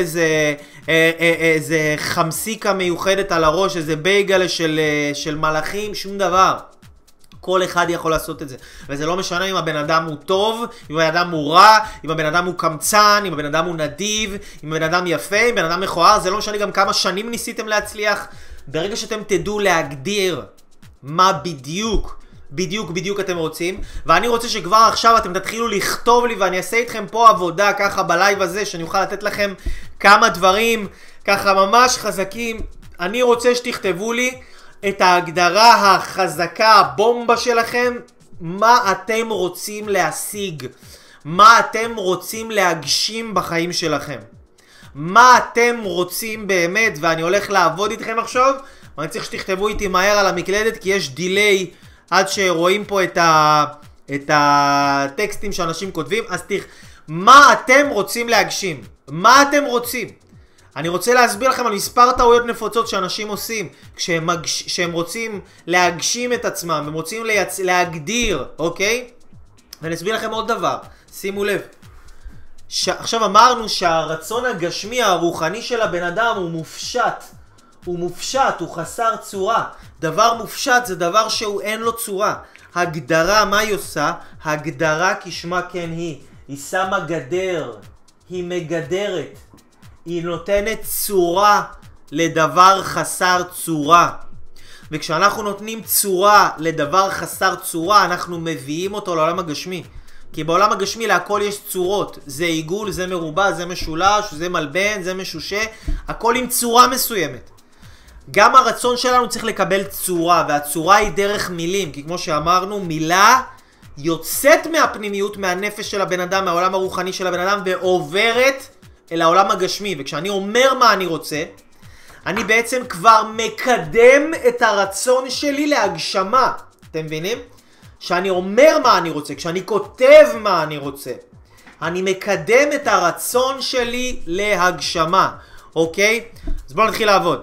איזה חמסיקה מיוחדת על הראש, איזה בייגלה של מלאכים, שום דבר. כל אחד יכול לעשות את זה. וזה לא משנה אם הבן אדם הוא טוב, אם הבן אדם הוא רע, אם הבן אדם הוא קמצן, אם הבן אדם הוא נדיב, אם הבן אדם יפה, אם הבן אדם מכוער, זה לא משנה גם כמה שנים ניסיתם להצליח. ברגע שאתם תדעו להגדיר מה בדיוק אתם רוצים, ואני רוצה שכבר עכשיו אתם תתחילו לכתוב לי, ואני אעשה איתכם פה עבודה ככה בלייב הזה, שאני אוכל לתת לכם כמה דברים ככה ממש חזקים. אני רוצה שתכתבו לי את ההגדרה החזקה, הבומבה שלכם, מה אתם רוצים להשיג, מה אתם רוצים להגשים בחיים שלכם, מה אתם רוצים באמת, ואני הולך לעבוד איתכם עכשיו, ואני צריך שתכתבו איתי מהר על המקלדת, כי יש דיליי עד שרואים פה את הטקסטים שאנשים כותבים, אז מה אתם רוצים להגשים, מה אתם רוצים. אני רוצה להסביר לכם על מספר טעויות נפוצות שאנשים עושים כשהם רוצים להגשים את עצמם, הם רוצים להגדיר, אוקיי? ואני אסביר לכם עוד דבר, שימו לב. עכשיו אמרנו שהרצון הגשמי הרוחני של הבן אדם הוא מופשט, הוא חסר צורה. דבר מופשט זה דבר שהוא אין לו צורה. הגדרה, מה היא עושה? הגדרה כשמה כן היא שמה גדר, היא מגדרת. היא נותנת צורה לדבר חסר צורה. וכשאנחנו נותנים צורה לדבר חסר צורה, אנחנו מביאים אותו לעולם הגשמי. כי בעולם הגשמי להכל יש צורות. זה עיגול, זה מרובע, זה משולש, זה מלבן, זה משושה. הכל עם צורה מסוימת. גם הרצון שלנו צריך לקבל צורה, והצורה היא דרך מילים. כי כמו שאמרנו, מילה יוצאת מהפנימיות, מהנפש של הבן אדם, מהעולם הרוחני של הבן אדם, ועוברת אל העולם הגשמי. וכשאני אומר מה אני רוצה, אני בעצם כבר מקדם את הרצון שלי להגשמה. אתם מבינים? כשאני אומר מה אני רוצה, כשאני כותב מה אני רוצה, אני מקדם את הרצון שלי להגשמה. אוקיי? אז בואו נתחיל לעבוד.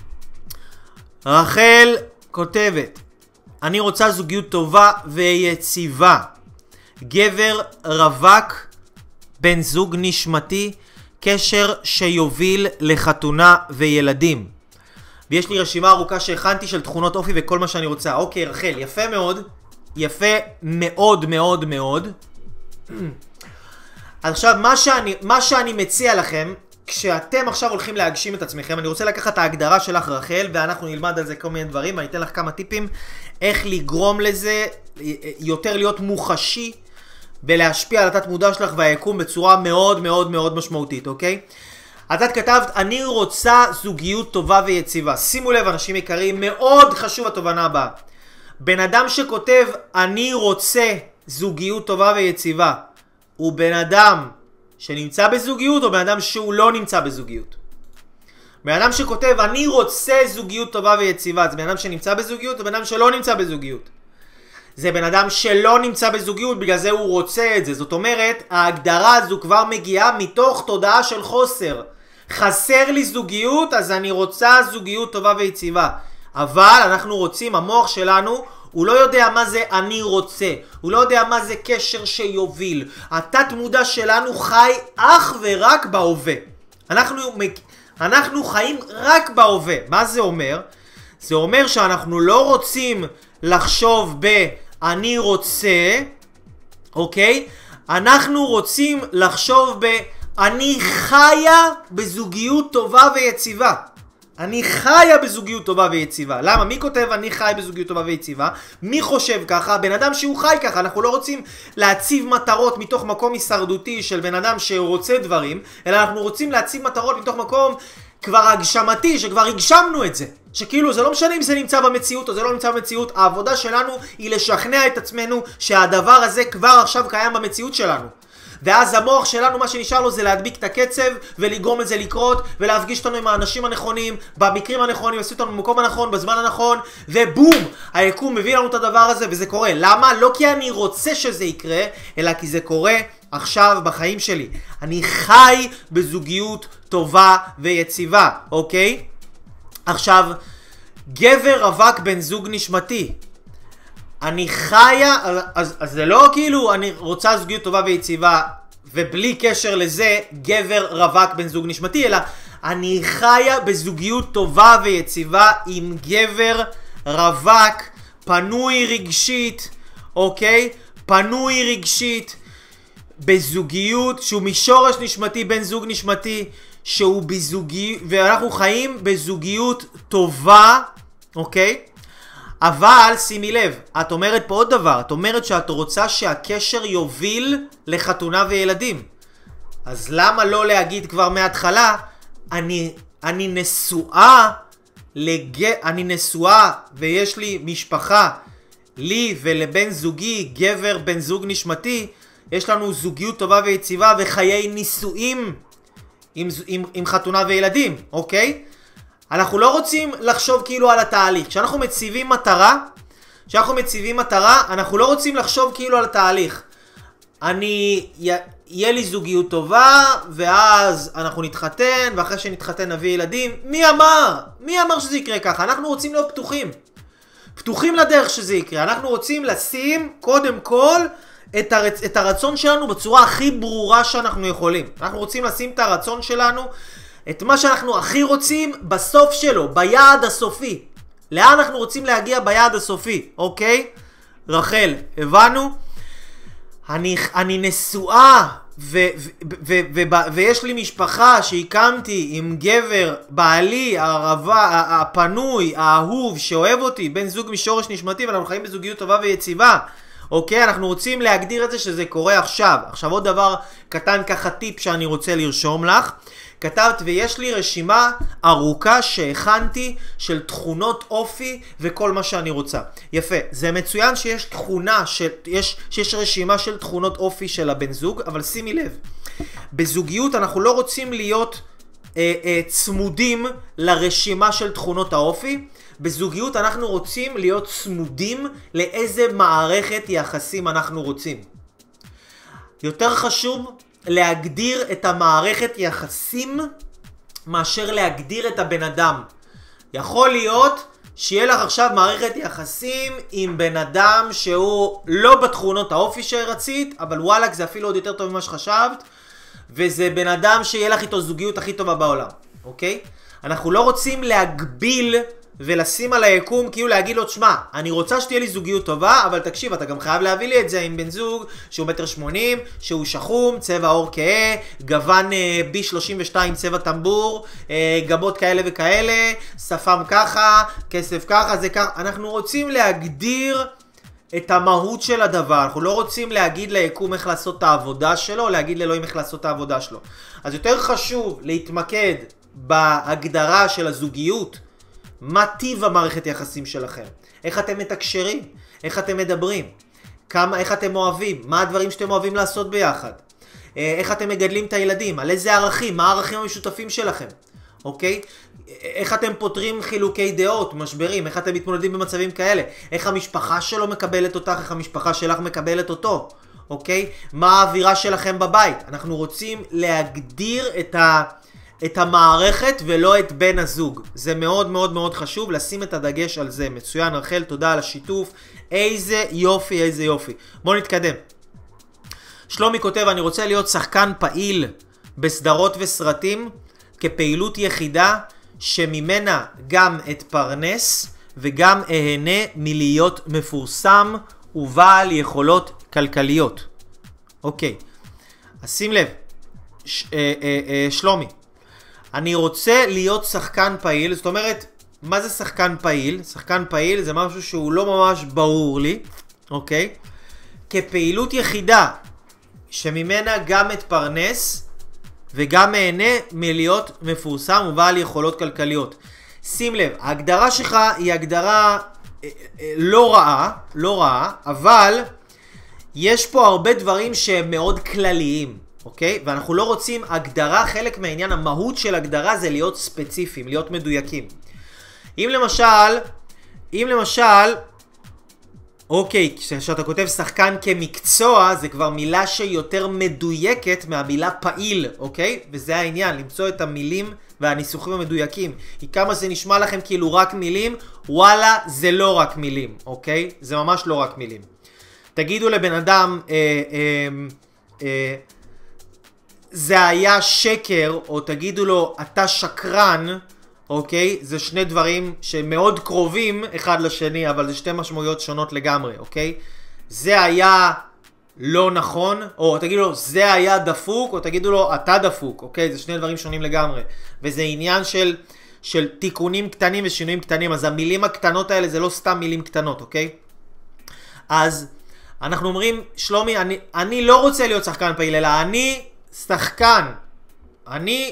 רחל כותבת, אני רוצה זוגיות טובה ויציבה. גבר רווק, בן זוג נשמתי, קשר שיוביל לחתונה וילדים. ויש לי רשימה ארוכה שהכנתי של תכונות אופי וכל מה שאני רוצה. אוקיי, רחל, יפה מאוד. יפה מאוד מאוד מאוד. עכשיו, מה שאני מציע לכם, כשאתם עכשיו הולכים להגשים את עצמכם, אני רוצה לקחת את ההגדרה שלך רחל, ואנחנו נלמד על זה כל מיני דברים, ואני אתן לך כמה טיפים איך לגרום לזה יותר להיות מוחשי, ולהשפיע על התת מודע שלך והיקום בצורה מאוד מאוד מאוד משמעותית, אוקיי? את כתבת, אני רוצה זוגיות טובה ויציבה. שימו לב, אנשים יקרים, מאוד חשוב התובנה הבאה. בן אדם שכותב, אני רוצה זוגיות טובה ויציבה, הוא בן אדם שנמצא בזוגיות או בן אדם שהוא לא נמצא בזוגיות? בן אדם שכותב, אני רוצה זוגיות טובה ויציבה, זה בן אדם שנמצא בזוגיות או בן אדם שלא נמצא בזוגיות? זה בן אדם שלא נמצא בזוגיות, בגלל זה הוא רוצה את זה. זאת אומרת, ההגדרה הזו כבר מגיעה מתוך תודעה של חוסר. חסר לי זוגיות, אז אני רוצה זוגיות טובה ויציבה. אבל אנחנו רוצים, המוח שלנו, הוא לא יודע מה זה אני רוצה. הוא לא יודע מה זה קשר שיוביל. התת מודע שלנו חי אך ורק בהווה. אנחנו חיים רק בהווה. מה זה אומר? זה אומר שאנחנו לא רוצים לחשוב אני רוצה, אוקיי? אנחנו רוצים לחשוב אני חיה בזוגיות טובה ויציבה. אני חיה בזוגיות טובה ויציבה. למה? מי כותב אני חי בזוגיות טובה ויציבה? מי חושב ככה? בן אדם שהוא חי ככה. אנחנו לא רוצים להציב מטרות מתוך מקום הישרדותי של בן אדם שרוצה דברים, אלא אנחנו רוצים להציב מטרות מתוך מקום כבר הגשמתי, שכבר הגשמנו את זה. שכאילו זה לא משנה אם זה נמצא במציאות או זה לא נמצא במציאות, העבודה שלנו היא לשכנע את עצמנו שהדבר הזה כבר עכשיו קיים במציאות שלנו. ואז המוח שלנו, מה שנשאר לו זה להדביק את הקצב ולגרום לזה לקרות ולהפגיש אותנו עם האנשים הנכונים, במקרים הנכונים, לשים אותנו במקום הנכון, בזמן הנכון, ובום! היקום מביא לנו את הדבר הזה וזה קורה. למה? לא כי אני רוצה שזה יקרה, אלא כי זה קורה עכשיו בחיים שלי. אני חי בזוגיות טובה ויציבה, אוקיי? עכשיו, גבר רווק בן זוג נשמתי. אני חיה, אז זה לא כאילו אני רוצה זוגיות טובה ויציבה ובלי קשר לזה גבר רווק בן זוג נשמתי, אלא אני חיה בזוגיות טובה ויציבה עם גבר רווק פנוי רגשית, אוקיי? פנוי רגשית בזוגיות שהוא משורש נשמתי, בן זוג נשמתי, שהוא בזוגיות, ואנחנו חיים בזוגיות טובה, אוקיי? אבל שימי לב, את אומרת פה עוד דבר, את אומרת שאת רוצה שהקשר יוביל לחתונה וילדים. אז למה לא להגיד כבר מההתחלה, אני נשואה, אני נשואה ויש לי משפחה, לי ולבן זוגי, גבר בן זוג נשמתי, יש לנו זוגיות טובה ויציבה וחיי נישואים עם חתונה וילדים, אוקיי? אנחנו לא רוצים לחשוב כאילו על התהליך. כשאנחנו מציבים מטרה, אנחנו לא רוצים לחשוב כאילו על התהליך. יהיה לי זוגיות טובה, ואז אנחנו נתחתן, ואחרי שנתחתן נביא ילדים. מי אמר שזה יקרה ככה? אנחנו רוצים להיות פתוחים לדרך שזה יקרה. אנחנו רוצים לשים קודם כל את הרצון שלנו בצורה הכי ברורה שאנחנו יכולים. אנחנו רוצים לשים את הרצון שלנו, את מה שאנחנו הכי רוצים בסוף שלו, ביעד הסופי. לאן אנחנו רוצים להגיע ביעד הסופי, אוקיי? רחל, הבנו? אני נשואה ויש לי משפחה שהקמתי עם גבר, בעלי, הפנוי, האהוב, שאוהב אותי, בן זוג משורש נשמתי, ואנחנו חיים בזוגיות טובה ויציבה. אוקיי, אנחנו רוצים להגדיר את זה שזה קורה עכשיו. עכשיו עוד דבר קטן ככה טיפ שאני רוצה לרשום לך. כתבת ויש לי רשימה ארוכה שהכנתי של תכונות אופי וכל מה שאני רוצה. יפה, זה מצוין שיש תכונה, שיש רשימה של תכונות אופי של הבן זוג, אבל שימי לב, בזוגיות אנחנו לא רוצים להיות צמודים לרשימה של תכונות האופי. בזוגיות אנחנו רוצים להיות צמודים לאיזה מערכת יחסים אנחנו רוצים. יותר חשוב להגדיר את המערכת יחסים מאשר להגדיר את הבן אדם. יכול להיות שיהיה לך עכשיו מערכת יחסים עם בן אדם שהוא לא בתכונות האופי שרצית, אבל וואלק זה אפילו עוד יותר טוב ממה שחשבת, וזה בן אדם שיהיה לך איתו זוגיות הכי טובה בעולם, אוקיי? אנחנו לא רוצים להגביל ולשים על היקום כאילו להגיד לו, תשמע, אני רוצה שתהיה לי זוגיות טובה, אבל תקשיב, אתה גם חייב להביא לי את זה עם בן זוג שהוא 1.80 מטר, שהוא שחום, צבע עור כהה, גוון B32 צבע טמבור, גבות כאלה וכאלה, שפם ככה, כסף ככה, זה ככה. אנחנו רוצים להגדיר את המהות של הדבר. אנחנו לא רוצים להגיד ליקום איך לעשות את העבודה שלו, או להגיד לאלוהים איך לעשות את העבודה שלו. אז יותר חשוב להתמקד בהגדרה של הזוגיות, מה טיב המערכת יחסים שלכם, איך אתם מתקשרים, איך אתם מדברים, איך אתם אוהבים, מה הדברים שאתם אוהבים לעשות ביחד, איך אתם מגדלים את הילדים, על איזה ערכים, מה הערכים המשותפים שלכם, אוקיי? איך אתם פותרים חילוקי דעות, משברים, איך אתם מתמודדים במצבים כאלה, איך המשפחה שלו מקבלת אותך, איך המשפחה שלך מקבלת אותו, אוקיי? מה האווירה שלכם בבית? אנחנו רוצים להגדיר את המערכת ולא את בן הזוג. זה מאוד מאוד מאוד חשוב לשים את הדגש על זה. מצוין רחל, תודה על השיתוף. איזה יופי, איזה יופי. בואו נתקדם. שלומי כותב, אני רוצה להיות שחקן פעיל בסדרות וסרטים כפעילות יחידה שממנה גם אתפרנס וגם אהנה מלהיות מפורסם ובעל יכולות כלכליות. אוקיי, אז שים לב. שלומי, אני רוצה להיות שחקן פעיל, זאת אומרת, מה זה שחקן פעיל? שחקן פעיל זה משהו שהוא לא ממש ברור לי, אוקיי? כפעילות יחידה שממנה גם אתפרנס וגם מהנה מלהיות מפורסם ובעל יכולות כלכליות. שים לב, ההגדרה שלך היא הגדרה לא רעה, אבל יש פה הרבה דברים שהם מאוד כלליים, אוקיי? ואנחנו לא רוצים הגדרה, חלק מהעניין, המהות של הגדרה זה להיות ספציפיים, להיות מדויקים. אם למשל, אוקיי, כשאתה כותב שחקן כמקצוע, זה כבר מילה שיותר מדויקת מהמילה פעיל, אוקיי? וזה העניין, למצוא את המילים והניסוחים המדויקים. כי כמה זה נשמע לכם כאילו רק מילים, וואלה, זה לא רק מילים, אוקיי? זה ממש לא רק מילים. תגידו לבן אדם, זה היה שקר, או תגידו לו, אתה שקרן, אוקיי? זה שני דברים שמאוד קרובים אחד לשני, אבל זה שתי משמעויות שונות לגמרי, אוקיי? זה היה לא נכון, או תגידו לו, זה היה דפוק, או תגידו לו, אתה דפוק, אוקיי? זה שני דברים שונים לגמרי. וזה עניין של תיקונים קטנים ושינויים קטנים, אז המילים הקטנות האלה זה לא סתם מילים קטנות, אוקיי? אז אנחנו אומרים, שלומי, אני לא רוצה להיות שחקן פעיל, אלא אני שחקן. אני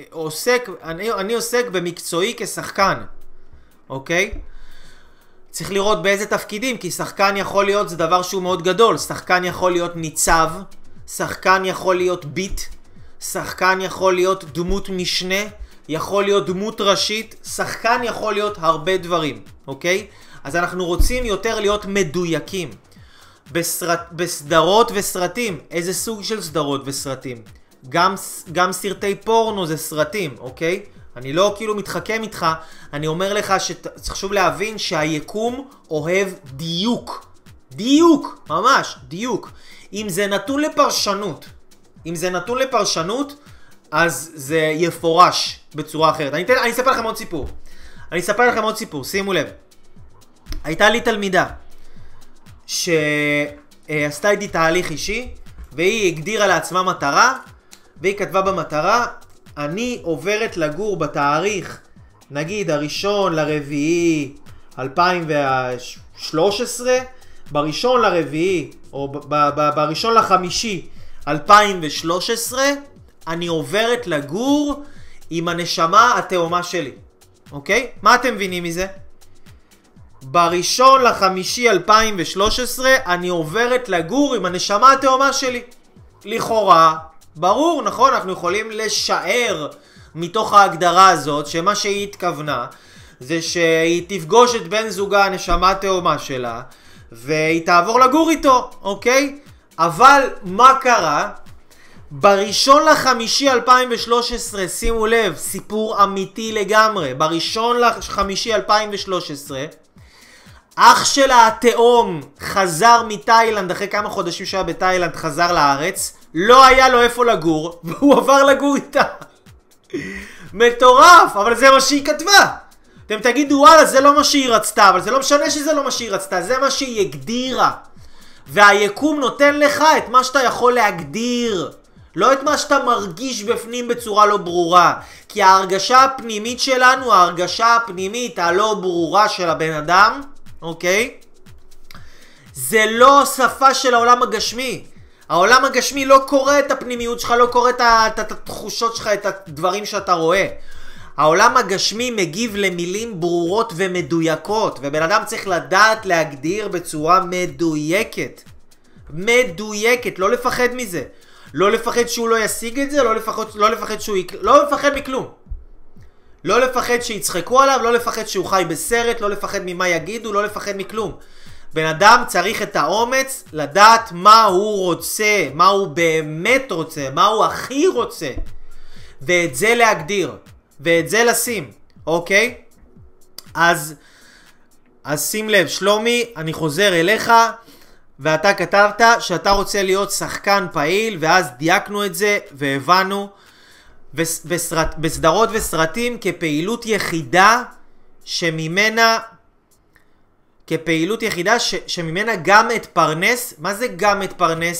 עוסק במקצועי כשחקן, אוקיי? צריך לראות באיזה תפקידים, כי שחקן יכול להיות, זה דבר שהוא מאוד גדול. שחקן יכול להיות ניצב, שחקן יכול להיות ביט, שחקן יכול להיות דמות משנה, יכול להיות דמות ראשית, שחקן יכול להיות הרבה דברים, אוקיי? אז אנחנו רוצים יותר להיות מדויקים. בסדרות וסרטים, איזה סוג של סדרות וסרטים? גם סרטי פורנו זה סרטים, אוקיי? אני לא כאילו מתחכם איתך, אני אומר לך שחשוב להבין שהיקום אוהב דיוק. דיוק, ממש, דיוק. אם זה נתון לפרשנות, אז זה יפורש בצורה אחרת. אני אספר לכם עוד סיפור. שימו לב. הייתה לי תלמידה שעשתה איתי תהליך אישי, והיא הגדירה לעצמה מטרה, והיא כתבה במטרה, אני עוברת לגור בתאריך, נגיד הראשון לרביעי 2013, בראשון לרביעי, או בראשון לחמישי 2013, אני עוברת לגור עם הנשמה התאומה שלי. אוקיי? מה אתם מבינים מזה? בראשון לחמישי 2013 אני עוברת לגור עם הנשמה התאומה שלי. לכאורה, ברור, נכון? אנחנו יכולים לשער מתוך ההגדרה הזאת שמה שהיא התכוונה זה שהיא תפגוש את בן זוגה, הנשמה התאומה שלה, והיא תעבור לגור איתו, אוקיי? אבל מה קרה? בראשון לחמישי 2013, שימו לב, סיפור אמיתי לגמרי, בראשון לחמישי 2013, אח שלה התאום חזר מתאילנד, אחרי כמה חודשים שהיה בתאילנד חזר לארץ, לא היה לו איפה לגור, והוא עבר לגור איתה. מטורף, אבל זה מה שהיא כתבה. אתם תגידו, וואלה, זה לא מה שהיא רצתה, אבל זה לא משנה שזה לא מה שהיא רצתה, זה מה שהיא הגדירה. והיקום נותן לך את מה שאתה יכול להגדיר, לא את מה שאתה מרגיש בפנים בצורה לא ברורה. כי ההרגשה הפנימית שלנו, ההרגשה הפנימית הלא ברורה של הבן אדם, אוקיי? זה לא שפה של העולם הגשמי. העולם הגשמי לא קורא את הפנימיות שלך, לא קורא את התחושות שלך, את הדברים שאתה רואה. העולם הגשמי מגיב למילים ברורות ומדויקות, ובן אדם צריך לדעת להגדיר בצורה מדויקת. מדויקת, לא לפחד מזה. לא לפחד שהוא לא ישיג את זה, לא לפחד מכלום. לא לפחד שיצחקו עליו, לא לפחד שהוא חי בסרט, לא לפחד ממה יגידו, לא לפחד מכלום. בן אדם צריך את האומץ לדעת מה הוא רוצה, מה הוא באמת רוצה, מה הוא הכי רוצה. ואת זה להגדיר, ואת זה לשים, אוקיי? אז שים לב, שלומי, אני חוזר אליך, ואתה כתבת שאתה רוצה להיות שחקן פעיל, ואז דייקנו את זה והבנו. בסדרות וסרטים כפעילות יחידה שממנה שממנה גם אתפרנס. מה זה גם אתפרנס?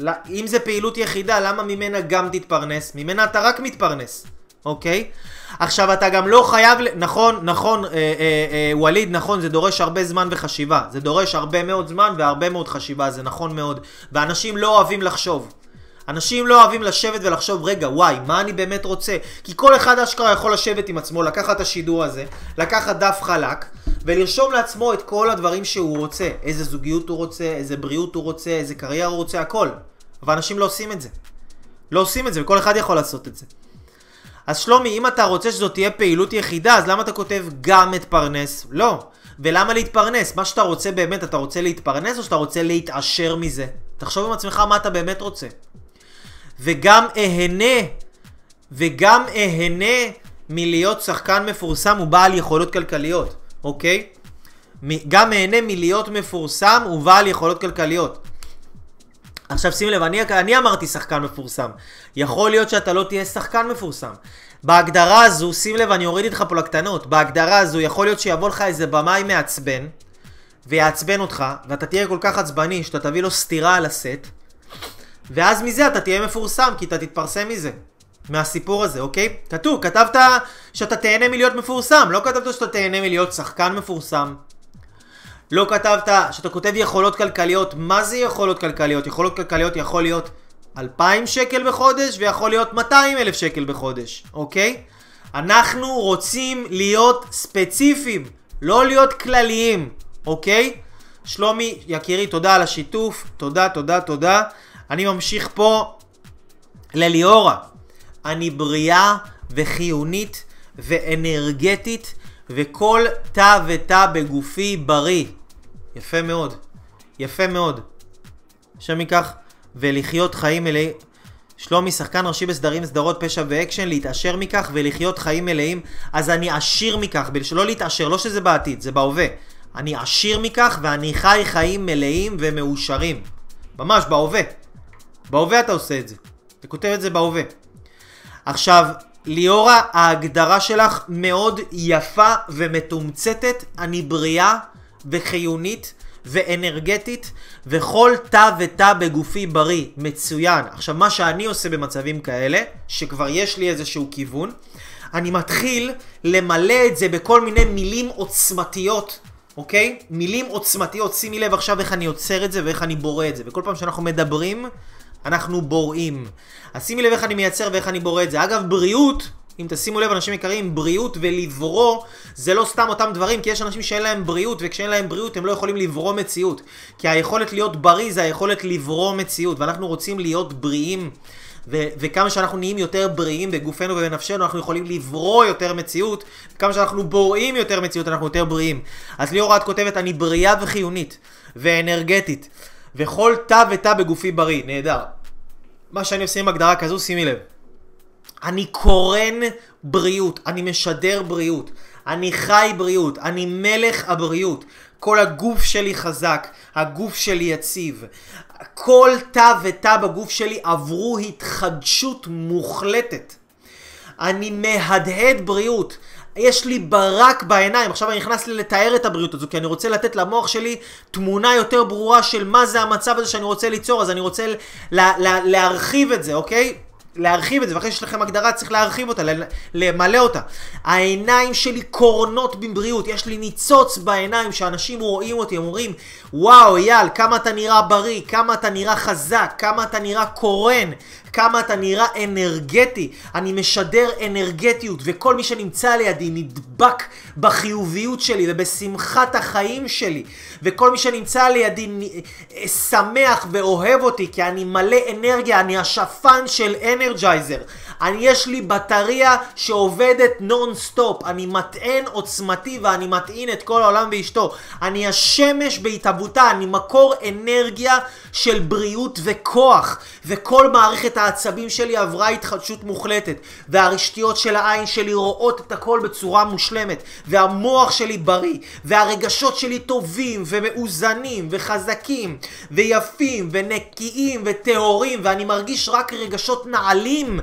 אם זה פעילות יחידה, למה ממנה גם תתפרנס? ממנה אתה רק מתפרנס, אוקיי? עכשיו אתה גם לא חייב, נכון, ווליד, נכון, זה דורש הרבה זמן וחשיבה. זה דורש הרבה מאוד זמן והרבה מאוד חשיבה, זה נכון מאוד. ואנשים לא אוהבים לחשוב. אנשים לא אוהבים לשבת ולחשוב, רגע, וואי, מה אני באמת רוצה? כי כל אחד אשכרה יכול לשבת עם עצמו, לקחת את השידור הזה, לקחת דף חלק, ולרשום לעצמו את כל הדברים שהוא רוצה. איזה זוגיות הוא רוצה, איזה בריאות הוא רוצה, איזה קריירה הוא רוצה, הכל. אבל אנשים לא עושים את זה. לא עושים את זה, וכל אחד יכול לעשות את זה. אז שלומי, אם אתה רוצה שזאת תהיה פעילות יחידה, אז למה אתה כותב גם מתפרנס? לא. ולמה להתפרנס? מה שאתה רוצה באמת, אתה רוצה להתפרנס או שאתה רוצה להתעשר מזה? תחשוב עם עצמך מה אתה באמת רוצה. וגם אהנה מלהיות שחקן מפורסם ובעל יכולות כלכליות, אוקיי? גם אהנה מלהיות מפורסם ובעל יכולות כלכליות. עכשיו שים לב, אני אמרתי שחקן מפורסם. יכול להיות שאתה לא תהיה שחקן מפורסם. בהגדרה הזו, שים לב, אני אוריד איתך פה לקטנות. בהגדרה הזו יכול להיות שיבוא לך איזה במאי מעצבן, ויעצבן אותך, ואתה תהיה כל כך עצבני שאתה תביא לו סתירה על הסט, ואז מזה אתה תהיה מפורסם, כי אתה תתפרסם מזה. מהסיפור הזה, אוקיי? כתבת שאתה תהנה מלהיות מפורסם, לא כתבת שאתה תהנה מלהיות שחקן מפורסם. לא כתבת שאתה כותב יכולות כלכליות. מה זה יכולות כלכליות? יכולות כלכליות יכול להיות 2,000 שקל בחודש ויכול להיות 200,000 שקל בחודש, אוקיי? אנחנו רוצים להיות ספציפיים, לא להיות כלליים, אוקיי? שלומי, יקירי, תודה על השיתוף, תודה. אני ממשיך פה לליאורה. אני בריאה וחיונית ואנרגטית וכל תא ותא בגופי בריא. יפה מאוד. שמיקח ולחיות חיים מלאים. שלומי, שחקן ראשי בסדרים, סדרות פשע ואקשן, להתעשר מכך ולחיות חיים מלאים. אז אני עשיר מכך, לא להתעשר, לא שזה בעתיד, זה בהווה. אני עשיר מכך ואני חי חיים מלאים ומאושרים. ממש בהווה. בהווה אתה עושה את זה. אתה כותב את זה בהווה. עכשיו, ליאורה, ההגדרה שלך מאוד יפה ומתומצתת. אני בריאה וחיונית ואנרגטית וכל תא ותא בגופי בריא. מצוין. עכשיו, מה שאני עושה במצבים כאלה, שכבר יש לי איזשהו כיוון, אני מתחיל למלא את זה בכל מיני מילים עוצמתיות. אוקיי? מילים עוצמתיות. שימי לב עכשיו איך אני יוצר את זה ואיך אני בורא את זה. וכל פעם שאנחנו מדברים, אנחנו בוראים. אז שימי לב איך אני מייצר ואיך אני בורא את זה. אגב, בריאות, אם תשימו לב, אנשים יקרים, בריאות ולברוא זה לא סתם אותם דברים, כי יש אנשים שאין להם בריאות, וכשאין להם בריאות הם לא יכולים לברוא מציאות. כי היכולת להיות בריא זה היכולת לברוא מציאות, ואנחנו רוצים להיות בריאים, וכמה שאנחנו נהיים יותר בריאים בגופנו ובנפשנו, אנחנו יכולים לברוא יותר מציאות, וכמה שאנחנו בוראים יותר מציאות, אנחנו יותר בריאים. אז ליאורה, את כותבת, אני בריאה וחיונית ואנרגטית, וכל תא ותא בגופי בריא. נהדר. מה שאני עושה עם הגדרה כזו, שימי לב. אני קורן בריאות, אני משדר בריאות, אני חי בריאות, אני מלך הבריאות. כל הגוף שלי חזק, הגוף שלי יציב. כל תא ותא בגוף שלי עברו התחדשות מוחלטת. אני מהדהד בריאות. יש לי ברק בעיניים. עכשיו אני נכנס לתאר את הבריאות הזו, כי אני רוצה לתת למוח שלי תמונה יותר ברורה של מה זה המצב הזה שאני רוצה ליצור. אז אני רוצה להרחיב את זה, אוקיי? להרחיב את זה, ואחרי שיש לכם הגדרה צריך להרחיב אותה, למלא אותה. העיניים שלי קורנות בבריאות, יש לי ניצוץ בעיניים שאנשים רואים אותי, הם אומרים, וואו אייל, כמה אתה נראה בריא, כמה אתה נראה חזק, כמה אתה נראה קורן, כמה אתה נראה אנרגטי. אני משדר אנרגטיות, וכל מי שנמצא לידי נדבק בחיוביות שלי ובשמחת החיים שלי, וכל מי שנמצא לידי שמח ואוהב אותי, כי אני מלא אנרגיה, אני השפן של אנרג'ייזר. יש לי בטריה שעובדת נון סטופ, אני מטען עוצמתי ואני מטעין את כל העולם ואשתו. אני השמש בהתהוותה, אני מקור אנרגיה של בריאות וכוח, וכל מערכת העצבים שלי עברה התחדשות מוחלטת, והרשתיות של העין שלי רואות את הכל בצורה מושלמת, והמוח שלי בריא, והרגשות שלי טובים ומאוזנים וחזקים ויפים ונקיים וטהורים, ואני מרגיש רק רגשות נעלים,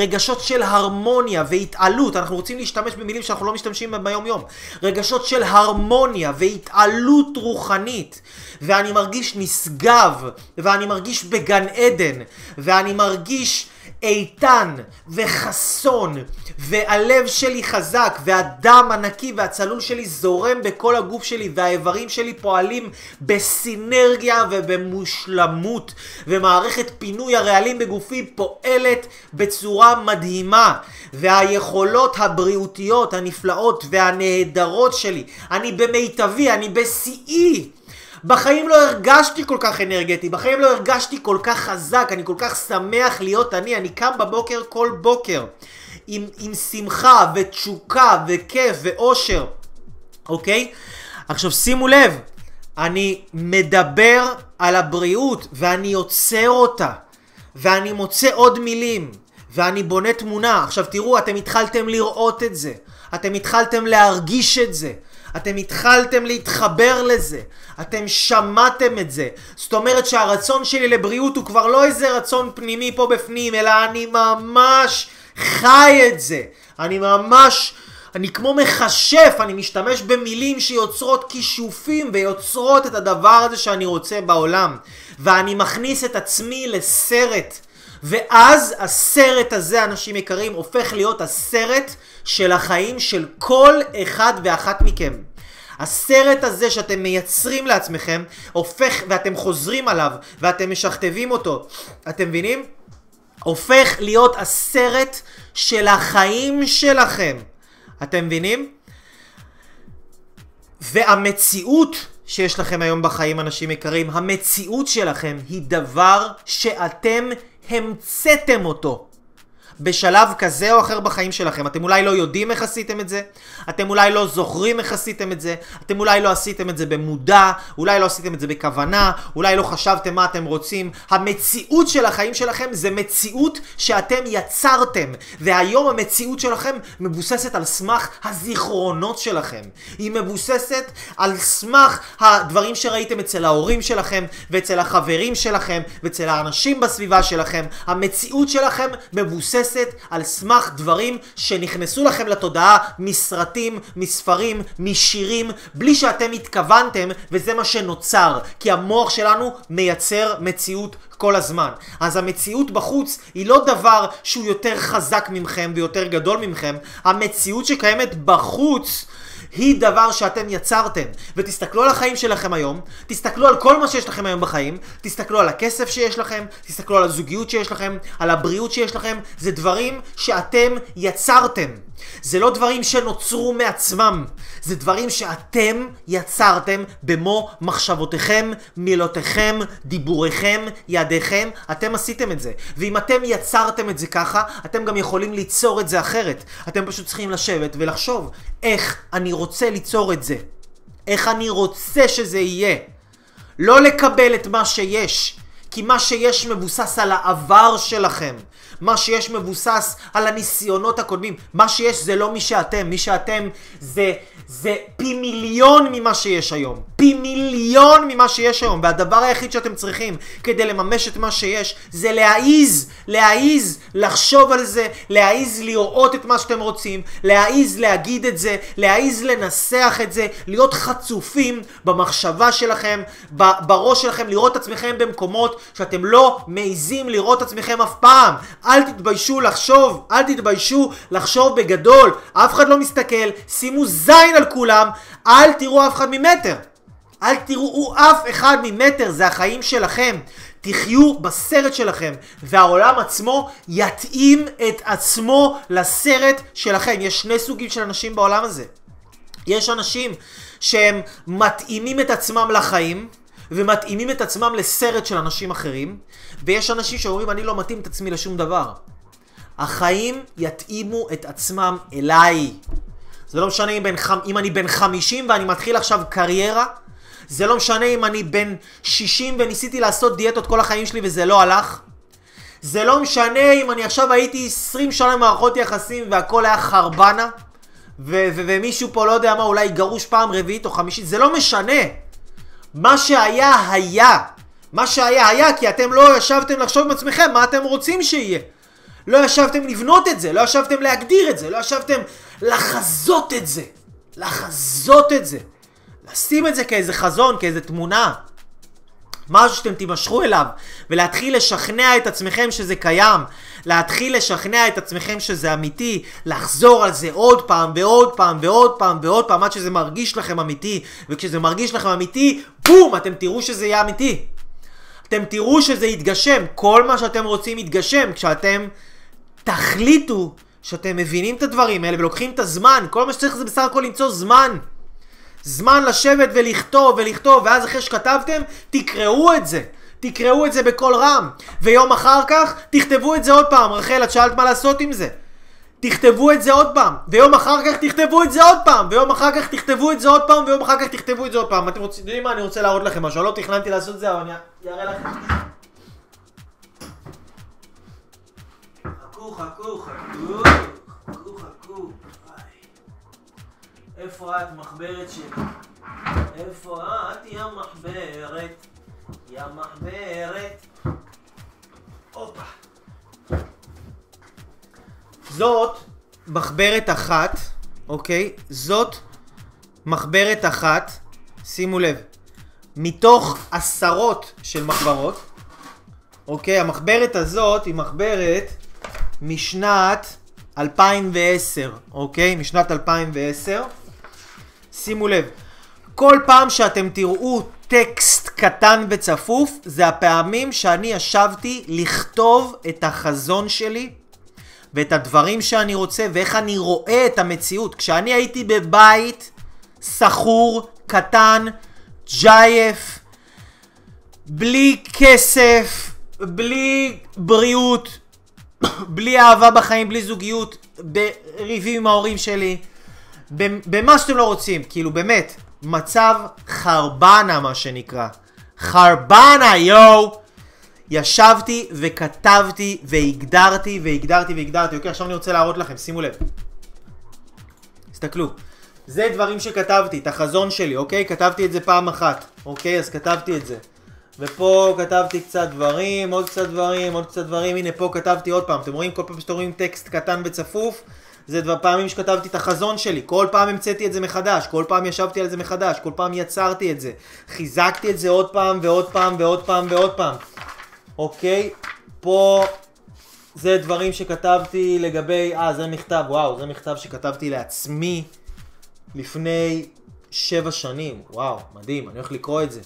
רגשות של הרמוניה והתעלות, אנחנו רוצים להשתמש במילים שאנחנו לא משתמשים בהם ביום יום, רגשות של הרמוניה והתעלות רוחנית, ואני מרגיש נשגב, ואני מרגיש בגן עדן, ואני מרגיש איתן וחסון, והלב שלי חזק, והדם הנקי והצלול שלי זורם בכל הגוף שלי, והאיברים שלי פועלים בסינרגיה ובמושלמות, ומערכת פינוי הרעלים בגופי פועלת בצורה מדהימה, והיכולות הבריאותיות הנפלאות והנהדרות שלי, אני במיטבי, אני בשיאי. בחיים לא הרגשתי כל כך אנרגטי, בחיים לא הרגשתי כל כך חזק, אני כל כך שמח להיות אני קם בבוקר כל בוקר עם שמחה ותשוקה וכיף ואושר, אוקיי? עכשיו שימו לב, אני מדבר על הבריאות ואני יוצר אותה, ואני מוצא עוד מילים, ואני בונה תמונה. עכשיו תראו, אתם התחלתם לראות את זה, אתם התחלתם להרגיש את זה, אתם התחלתם להתחבר לזה, אתם שמעתם את זה. זאת אומרת שהרצון שלי לבריאות הוא כבר לא איזה רצון פנימי פה בפנים, אלא אני ממש חי את זה. אני כמו מחשף, אני משתמש במילים שיוצרות כישופים ויוצרות את הדבר הזה שאני רוצה בעולם. ואני מכניס את עצמי לסרט. ואז הסרט הזה, אנשים יקרים, הופך להיות הסרט של החיים של כל אחד ואחת מכם. הסרט הזה שאתם מייצרים לעצמכם הופך, ואתם חוזרים עליו ואתם משכתבים אותו, אתם מבינים? הופך להיות הסרט של החיים שלכם, אתם מבינים? והמציאות שיש לכם היום בחיים, אנשים יקרים, המציאות שלכם היא דבר שאתם המצאתם אותו בשלב כזה או אחר בחיים שלכם. אתם אולי לא יודעים איך עשיתם את זה, אתם אולי לא זוכרים איך עשיתם את זה, אתם אולי לא עשיתם את זה במודע, אולי לא עשיתם את זה בכוונה, אולי לא חשבתם מה אתם רוצים. המציאות של החיים שלכם זה מציאות שאתם יצרתם, והיום המציאות שלכם מבוססת על סמך הזיכרונות שלכם. היא מבוססת על סמך הדברים שראיתם אצל ההורים שלכם ואצל החברים שלכם ואצל האנשים בסביבה שלכם. המציאות שלכם מבוססת על סמך דברים שנכנסו לכם לתודעה, מסרטים, מספרים, משירים, בלי שאתם התכוונתם, וזה מה שנוצר, כי המוח שלנו מייצר מציאות כל הזמן. אז המציאות בחוץ היא לא דבר שהוא יותר חזק ממכם ויותר גדול ממכם. המציאות שקיימת בחוץ היא דבר שאתם יצרתם. ותסתכלו על החיים שלכם היום, תסתכלו על כל מה שיש לכם היום בחיים, תסתכלו על הכסף שיש לכם, תסתכלו על הזוגיות שיש לכם, על הבריאות שיש לכם. זה דברים שאתם יצרתם. זה לא דברים שנוצרו מעצמם, זה דברים שאתם יצרתם במו מחשבותיכם, מילותיכם, דיבוריכם, ידיכם. אתם עשיתם את זה. ואם אתם יצרתם את זה ככה, אתם גם יכולים ליצור את זה אחרת. אתם פשוט צריכים לשבת ולחשוב איך אני רוצה ליצור את זה, איך אני רוצה שזה יהיה. לא לקבל את מה שיש, כי מה שיש מבוסס על העבר שלכם, מה שיש מבוסס על הניסיונות הקודמים. מה שיש זה לא מי שאתם, מי שאתם זה פי מיליון ממה שיש היום, פי מיליון ממה שיש היום. והדבר היחיד שאתם צריכים כדי לממש את מה שיש זה להעיז לחשוב על זה, להעיז לראות את מה שאתם רוצים, להעיז להגיד את זה, להעיז לנסח את זה, להיות חצופים במחשבה שלכם, בראש שלכם, לראות עצמכם במקומות שאתם לא מעיזים לראות עצמכם אף פעם. אל תתביישו לחשוב, אל תתביישו לחשוב בגדול. אף אחד לא מסתכל, שימו זין על כולם, אל תראו אף אחד ממטר. אל תראו אף אחד ממטר, זה החיים שלכם. תחיו בסרט שלכם, והעולם עצמו יתאים את עצמו לסרט שלכם. יש שני סוגים של אנשים בעולם הזה. יש אנשים שהם מתאימים את עצמם לחיים, ומתאימים את עצמם לסרט של אנשים אחרים, ויש אנשים שאומרים אני לא מתאים את עצמי לשום דבר. החיים יתאימו את עצמם אליי. זה לא משנה אם אני בן 50 ואני מתחיל עכשיו קריירה, זה לא משנה אם אני בן 60 וניסיתי לעשות דיאטות כל החיים שלי וזה לא הלך, זה לא משנה אם אני עכשיו הייתי 20 שנה מערכות יחסים והכל היה חרבנה, ומישהו פה לא יודע מה, אולי גרוש פעם רביעית או חמישית, זה לא משנה. מה שהיה היה, מה שהיה היה, כי אתם לא ישבתם לחשוב עם עצמכם מה אתם רוצים שיהיה. לא ישבתם לבנות את זה, לא ישבתם להגדיר את זה, לא ישבתם לחזות את זה. לחזות את זה. לשים את זה כאיזה חזון, כאיזה תמונה. משהו שאתם תימשכו אליו, ולהתחיל לשכנע את עצמכם שזה קיים, להתחיל לשכנע את עצמכם שזה אמיתי, לחזור על זה עוד פעם ועוד פעם ועוד פעם ועוד פעם, עד שזה מרגיש לכם אמיתי, וכשזה מרגיש לכם אמיתי, בום, אתם תראו שזה יהיה אמיתי. אתם תראו שזה יתגשם, כל מה שאתם רוצים יתגשם, כשאתם תחליטו שאתם מבינים את הדברים האלה ולוקחים את הזמן, כל מה שצריך זה בסך הכל למצוא זמן. זמן לשבת ולכתוב ולכתוב, ואז אחרי שכתבתם, תקראו את זה. תקראו את זה בכל רם. ויום אחר כך, תכתבו את זה עוד פעם. רחל, את שאלת מה לעשות עם זה. תכתבו את זה עוד פעם. ויום אחר כך תכתבו את זה עוד פעם. ויום אחר כך תכתבו את זה עוד פעם. ויום אחר כך תכתבו את זה עוד פעם. אתם יודעים מה? אני רוצה להראות לכם משהו. לא תכננתי לעשות את זה, אבל אני אראה לכם. חכו. איפה את, מחברת שלי? איפה את, יא מחברת? יא מחברת. הופה. זאת מחברת אחת, אוקיי? זאת מחברת אחת, שימו לב, מתוך עשרות של מחברות, אוקיי? המחברת הזאת היא מחברת משנת 2010, אוקיי? משנת 2010. שימו לב, כל פעם שאתם תראו טקסט קטן וצפוף, זה הפעמים שאני ישבתי לכתוב את החזון שלי, ואת הדברים שאני רוצה, ואיך אני רואה את המציאות. כשאני הייתי בבית סחור, קטן, ג'ייף, בלי כסף, בלי בריאות, בלי אהבה בחיים, בלי זוגיות, בריבים עם ההורים שלי, במה שאתם לא רוצים, כאילו באמת, מצב חרבנה מה שנקרא. חרבנה, יו! ישבתי וכתבתי והגדרתי. אוקיי, עכשיו אני רוצה להראות לכם, שימו לב. תסתכלו. זה דברים שכתבתי, את החזון שלי, אוקיי? כתבתי את זה פעם אחת, אוקיי? אז כתבתי את זה. ופה כתבתי קצת דברים, עוד קצת דברים, הנה פה כתבתי עוד פעם. אתם רואים, כל פעם שאתם רואים טקסט קטן וצפוף, זה פעמים שכתבתי את החזון שלי. כל פעם המצאתי את זה מחדש, כל פעם ישבתי על זה מחדש, כל פעם יצרתי את זה. חיזקתי את זה עוד פעם ועוד פעם ועוד פעם ועוד פעם. אוקיי? פה זה דברים שכתבתי לגבי, זה מכתב, וואו, זה מכתב שכתבתי לעצמי לפני 7 שנים. וואו, מדהים, אני הולך לקרוא את זה.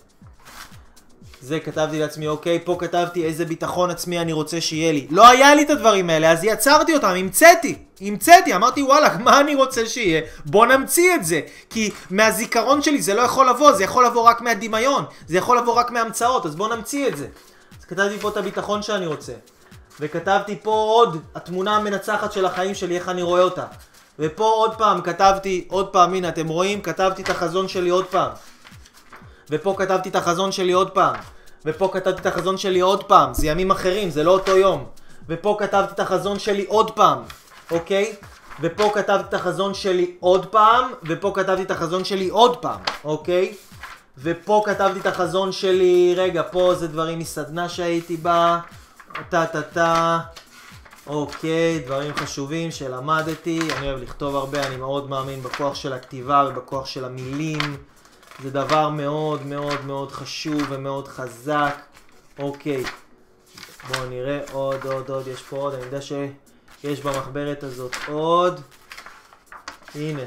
זה כתבתי לעצמי, אוקיי, פה כתבתי איזה ביטחון עצמי אני רוצה שיהיה לי. לא היה לי את הדברים האלה, אז יצרתי אותם, המצאתי, אמרתי וואלה, מה אני רוצה שיהיה? בוא נמציא את זה. כי מהזיכרון שלי זה לא יכול לבוא, זה יכול לבוא רק מהדמיון, זה יכול לבוא רק מהמצאות, אז בוא נמציא את זה. אז כתבתי פה את הביטחון שאני רוצה. וכתבתי פה עוד, התמונה המנצחת של החיים שלי, איך אני רואה אותה. ופה עוד פעם כתבתי, עוד פעם, הנה אתם רואים, כתבתי את החזון שלי עוד פעם. ופה כתבתי את החזון שלי עוד פעם. ופה כתבתי את החזון שלי עוד פעם. זה ימים אחרים, זה לא אותו יום. ופה כתבתי את החזון שלי עוד פעם. אוקיי? ופה כתבתי את החזון שלי עוד פעם. ופה כתבתי את החזון שלי עוד פעם. אוקיי? ופה כתבתי את החזון שלי... רגע, פה זה דברים מסדנה שהייתי בה. אוקיי, דברים חשובים שלמדתי. אני אוהב לכתוב הרבה, אני מאוד מאמין בכוח של הכתיבה ובכוח של המילים. זה דבר מאוד מאוד מאוד חשוב ומאוד חזק. אוקיי, בואו נראה עוד, יש פה עוד, אני יודע שיש במחברת הזאת עוד. הנה,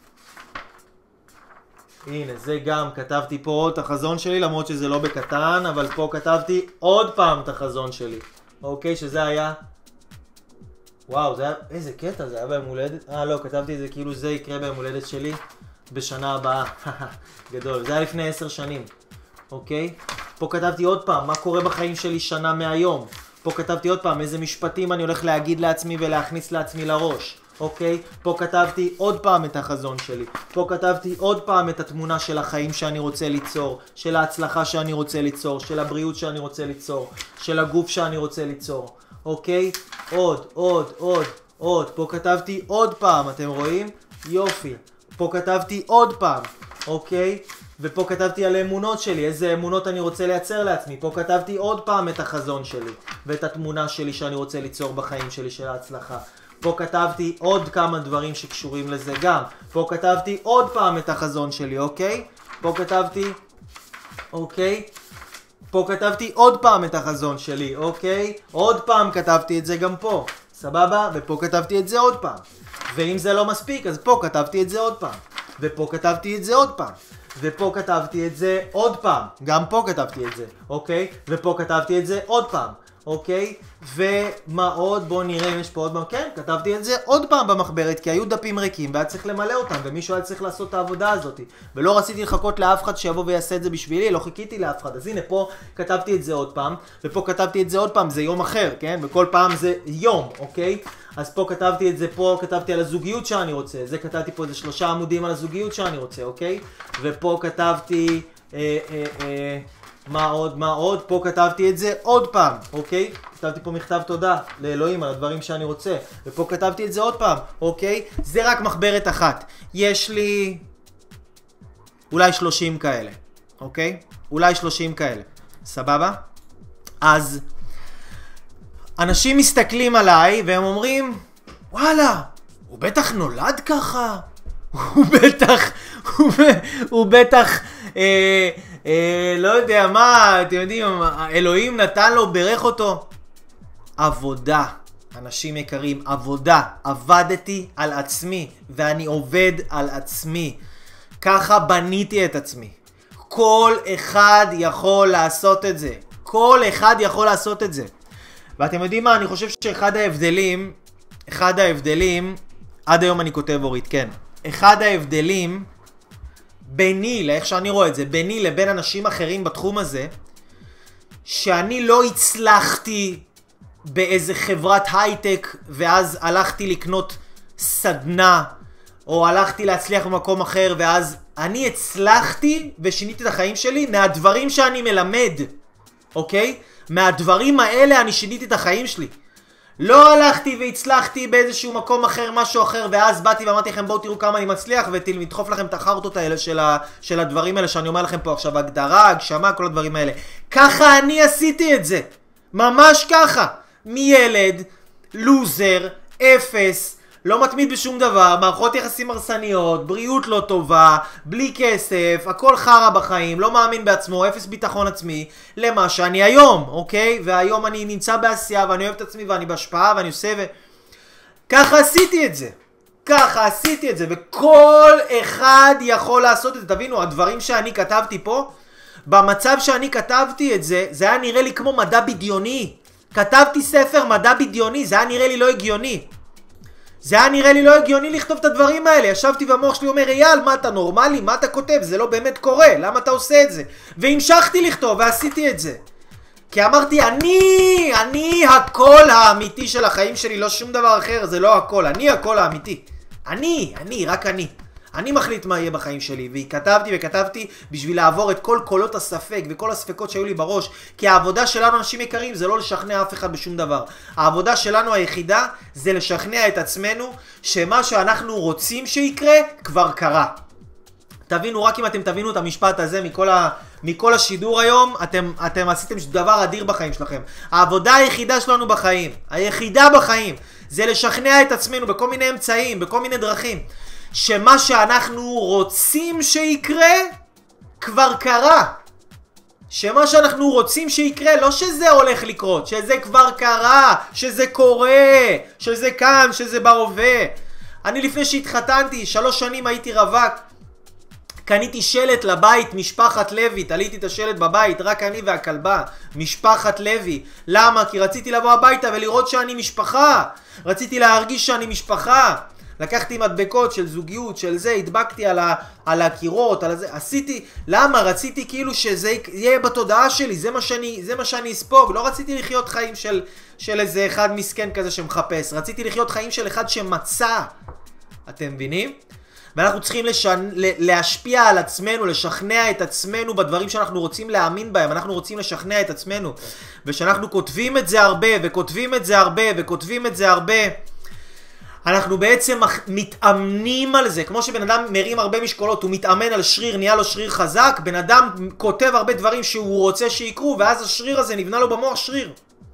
זה גם, כתבתי פה עוד את החזון שלי, למרות שזה לא בקטן, אבל פה כתבתי עוד פעם את החזון שלי. אוקיי, שזה היה... וואו, זה היה... איזה קטע, זה היה ביום הולדת? לא, כתבתי את זה כאילו זה יקרה ביום הולדת שלי בשנה הבאה. גדול, זה היה לפני 10 שנים. אוקיי? פה כתבתי עוד פעם, מה קורה בחיים שלי שנה מהיום. פה כתבתי עוד פעם, איזה משפטים אני הולך להגיד לעצמי ולהכניס לעצמי לראש. אוקיי? פה כתבתי עוד פעם את החזון שלי. פה כתבתי עוד פעם את התמונה של החיים שאני רוצה ליצור, של ההצלחה שאני רוצה ליצור, של הבריאות שאני רוצה ליצור, של הגוף שאני רוצה ליצור. אוקיי? עוד. פה כתבתי עוד פעם, אתם רואים? יופי. פה כתבתי עוד פעם, אוקיי? ופה כתבתי על האמונות שלי, איזה אמונות אני רוצה לייצר לעצמי. פה כתבתי עוד פעם את החזון שלי, ואת התמונה שלי שאני רוצה ליצור בחיים שלי של ההצלחה. פה כתבתי עוד כמה דברים שקשורים לזה גם. פה כתבתי עוד פעם את החזון שלי, אוקיי? פה כתבתי, אוקיי? פה כתבתי עוד פעם את החזון שלי, אוקיי? עוד פעם כתבתי את זה גם פה, סבבה? ופה כתבתי את זה עוד פעם. ואם זה לא מספיק, אז פה כתבתי את זה עוד פעם. ופה כתבתי את זה עוד פעם. ופה כתבתי את זה עוד פעם. גם פה כתבתי את זה, אוקיי? ופה כתבתי את זה עוד פעם, אוקיי? ומה עוד? בואו נראה אם יש פה עוד פעם. כן, כתבתי את זה עוד פעם במחברת, כי היו דפים ריקים והיה צריך למלא אותם, ומישהו היה צריך לעשות את העבודה הזאת. ולא רציתי לחכות לאף אחד שיבוא ויעשה את זה בשבילי, לא חיכיתי לאף אחד. אז הנה, פה כתבתי את זה עוד פעם, ופה כתבתי את זה עוד פעם, זה יום אחר, כן? וכל פעם זה יום, אוקיי? אז פה כתבתי את זה, פה כתבתי על הזוגיות שאני רוצה, זה כתבתי פה איזה 3 עמודים על הזוגיות שאני רוצה, אוקיי? ופה כתבתי, מה עוד? פה כתבתי את זה עוד פעם, אוקיי? כתבתי פה מכתב תודה לאלוהים על הדברים שאני רוצה, ופה כתבתי את זה עוד פעם, אוקיי? זה רק מחברת אחת. יש לי אולי 30 כאלה, אוקיי? אולי 30 כאלה, סבבה? אז אנשים מסתכלים עליי והם אומרים, וואלה, הוא בטח נולד ככה, הוא בטח, לא יודע מה, אתם יודעים, אלוהים נתן לו, ברך אותו. עבודה, אנשים יקרים, עבודה. עבדתי על עצמי ואני עובד על עצמי. ככה בניתי את עצמי. כל אחד יכול לעשות את זה. כל אחד יכול לעשות את זה. ואתם יודעים מה? אני חושב שאחד ההבדלים, עד היום אני כותב אורית, כן. אחד ההבדלים ביני, לאיך שאני רואה את זה, ביני לבין אנשים אחרים בתחום הזה, שאני לא הצלחתי באיזה חברת הייטק, ואז הלכתי לקנות סדנה, או הלכתי להצליח במקום אחר, ואז אני הצלחתי ושיניתי את החיים שלי מהדברים שאני מלמד, אוקיי? מהדברים האלה אני שיניתי את החיים שלי. לא הלכתי והצלחתי באיזשהו מקום אחר, משהו אחר, ואז באתי ואמרתי לכם בואו תראו כמה אני מצליח, ותדחוף לכם את החרטות האלה של הדברים האלה שאני אומר לכם פה עכשיו, הגדרה, הגשמה, כל הדברים האלה. ככה אני עשיתי את זה. ממש ככה. מילד, לוזר, אפס, לא מתמיד בשום דבר, מערכות יחסים הרסניות, בריאות לא טובה, בלי כסף, הכל חרה בחיים, לא מאמין בעצמו, אפס ביטחון עצמי, למה שאני היום, אוקיי? והיום אני נמצא בעשייה ואני אוהב את עצמי ואני בהשפעה ואני עושה ככה עשיתי את זה. ככה עשיתי את זה, וכל אחד יכול לעשות את זה. תבינו, הדברים שאני כתבתי פה, במצב שאני כתבתי את זה, זה היה נראה לי כמו מדע בדיוני. כתבתי ספר מדע בדיוני, זה היה נראה לי לא הגיוני. זה היה נראה לי לא הגיוני לכתוב את הדברים האלה. ישבתי והמוח שלי אומר, אייל, מה אתה נורמלי? מה אתה כותב? זה לא באמת קורה. למה אתה עושה את זה? והמשכתי לכתוב ועשיתי את זה. כי אמרתי, אני הקול האמיתי של החיים שלי, לא שום דבר אחר, זה לא הקול. אני הקול האמיתי. רק אני. אני מחליט מה יהיה בחיים שלי, וכתבתי בשביל לעבור את כל קולות הספק וכל הספקות שהיו לי בראש, כי העבודה שלנו, אנשים יקרים, זה לא לשכנע אף אחד בשום דבר. העבודה שלנו היחידה זה לשכנע את עצמנו שמה שאנחנו רוצים שיקרה כבר קרה. תבינו, רק אם אתם תבינו את המשפט הזה מכל השידור היום, אתם עשיתם דבר אדיר בחיים שלכם. העבודה היחידה שלנו בחיים, היחידה בחיים, זה לשכנע את עצמנו בכל מיני אמצעים, בכל מיני דרכים. שמה שאנחנו רוצים שיקרה, כבר קרה. שמה שאנחנו רוצים שיקרה, לא שזה הולך לקרות, שזה כבר קרה, שזה קורה, שזה כאן, שזה בהווה. אני לפני שהתחתנתי, 3 שנים הייתי רווק, קניתי שלט לבית, משפחת לוי, תליתי את השלט בבית, רק אני והכלבה, משפחת לוי. למה? כי רציתי לבוא הביתה ולראות שאני משפחה. רציתי להרגיש שאני משפחה. לקחתי מדבקות של זוגיות, של זה, הדבקתי על הקירות, על זה, עשיתי, למה? רציתי כאילו שזה יהיה בתודעה שלי, זה מה שאני אספוג, לא רציתי לחיות חיים של איזה אחד מסכן כזה שמחפש, רציתי לחיות חיים של אחד שמצא, אתם מבינים? ואנחנו צריכים להשפיע על עצמנו, לשכנע את עצמנו בדברים שאנחנו רוצים להאמין בהם, אנחנו רוצים לשכנע את עצמנו, ושאנחנו כותבים את זה הרבה, וכותבים את זה הרבה, וכותבים את זה הרבה, אנחנו בעצם מתאמנים על זה, כמו שבן אדם מרים הרבה משקולות, הוא מתאמן על שריר, נהיה לו שריר חזק, בן אדם כותב הרבה דברים שהוא רוצה שיקרו, ואז השריר הזה נבנה לו במוח שריר.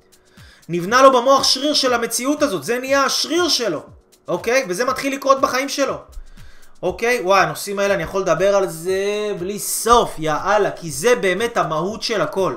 נבנה לו במוח שריר של המציאות הזאת, זה נהיה השריר שלו, אוקיי? וזה מתחיל לקרות בחיים שלו. אוקיי? וואי, הנושאים האלה אני יכול לדבר על זה בלי סוף, יאללה, כי זה באמת המהות של הכל.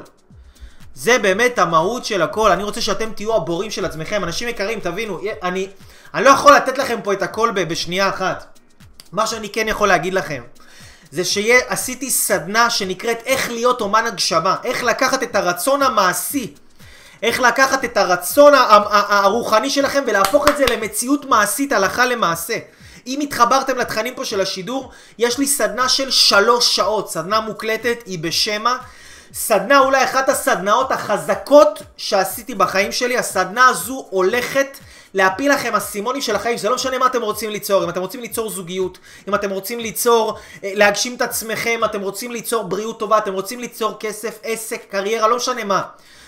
זה באמת המהות של הכל. אני רוצה שאתם תהיו הבורים של עצמכם. אנשים יקרים, תבינו, אני לא יכול לתת לכם פה את הכל בשנייה אחת. מה שאני כן יכול להגיד לכם, זה שעשיתי סדנה שנקראת איך להיות אומן הגשמה. איך לקחת את הרצון המעשי, איך לקחת את הרצון הרוחני שלכם ולהפוך את זה למציאות מעשית, הלכה למעשה. אם התחברתם לתכנים פה של השידור, יש לי סדנה של 3 שעות, סדנה מוקלטת, היא בשמה. סדנה אולי אחת הסדנאות החזקות שעשיתי בחיים שלי. הסדנה הזו הולכת להפיל לכם הסימונים של החיים. זה לא משנה מה אתם רוצים ליצור. אם אתם רוצים ליצור זוגיות, אם אתם רוצים ליצור, להגשים את עצמכם, אתם רוצים ליצור בריאות טובה, אתם רוצים ליצור כסף, עסק, קריירה, לא משנה מה.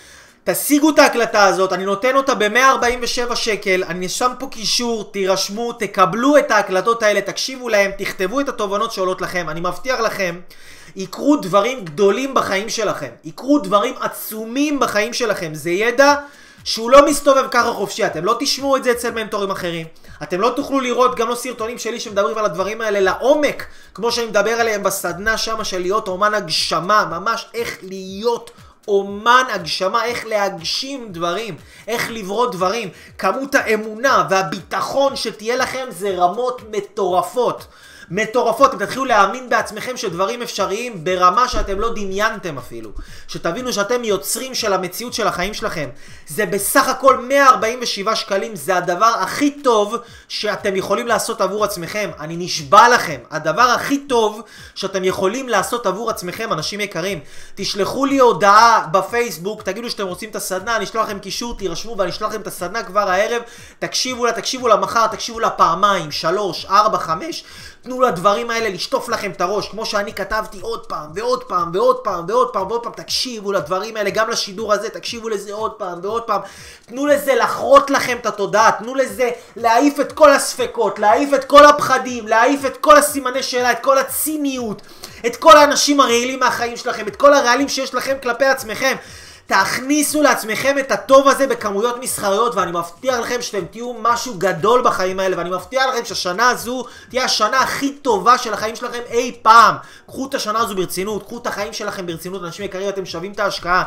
תשיגו את ההקלטה הזאת, אני נותן אותה ב-147 שקל, אני שם פה קישור, תירשמו, תקבלו את ההקלטות האלה, תקשיבו להם, תכתבו את התובנות שעולות לכם, אני מבטיח לכם, יקרו דברים גדולים בחיים שלכם, יקרו דברים עצומים בחיים שלכם, זה ידע שהוא לא מסתובב ככה חופשי, אתם לא תשמעו את זה אצל מנטורים אחרים, אתם לא תוכלו לראות גם לא סרטונים שלי שמדברים על הדברים האלה לעומק, כמו שאני מדבר עליהם בסדנה שמה של להיות אומן הגשמה, ממש איך להיות אומן הגשמה, איך להגשים דברים, איך לברוא דברים. כמות האמונה והביטחון שתהיה לכם זה רמות מטורפות. מטורפות, אתם תתחילו להאמין בעצמכם שדברים אפשריים ברמה שאתם לא דמיינתם אפילו. שתבינו שאתם יוצרים של המציאות של החיים שלכם. זה בסך הכל 147 שקלים, זה הדבר הכי טוב שאתם יכולים לעשות עבור עצמכם. אני נשבע לכם, הדבר הכי טוב שאתם יכולים לעשות עבור עצמכם, אנשים יקרים. תשלחו לי הודעה בפייסבוק, תגידו שאתם רוצים את הסדנה, אני אשלח לכם קישור, תירשמו ואני אשלח לכם את הסדנה כבר הערב. תקשיבו לה מחר, תקשיבו לה פעמיים, 3, 4, 5. תנו לדברים האלה לשטוף לכם את הראש, כמו שאני כתבתי עוד פעם ועוד פעם ועוד פעם ועוד פעם ועוד פעם. תקשיבו לדברים האלה, גם לשידור הזה, תקשיבו לזה עוד פעם ועוד פעם. תנו לזה לחרות לכם את התודעה, תנו לזה להעיף את כל הספקות, להעיף את כל הפחדים, להעיף את כל הסימני שאלה, את כל הציניות, את כל האנשים הרעילים מהחיים שלכם, את כל הרעלים שיש לכם כלפי עצמכם. תכניסו לעצמכם את הטוב הזה בכמויות מסחריות, ואני מבטיח לכם שאתם תהיו משהו גדול בחיים האלה, ואני מבטיח לכם שהשנה הזו תהיה השנה הכי טובה של החיים שלכם אי פעם. קחו את השנה הזו ברצינות, קחו את החיים שלכם ברצינות, אנשים יקרים, אתם שווים את ההשקעה.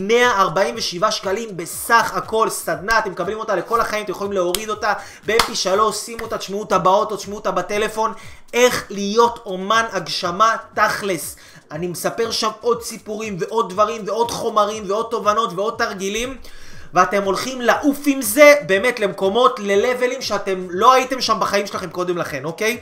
147 שקלים בסך הכל, סדנה, אתם מקבלים אותה לכל החיים, אתם יכולים להוריד אותה ב-MP3, שימו אותה, תשמעו אותה באוטו, תשמעו אותה בטלפון. איך להיות אומן הגשמה תכלס. אני מספר שם עוד סיפורים ועוד דברים ועוד חומרים ועוד תובנות ועוד תרגילים, ואתם הולכים לעוף עם זה באמת למקומות, ללבלים שאתם לא הייתם שם בחיים שלכם קודם לכן, אוקיי?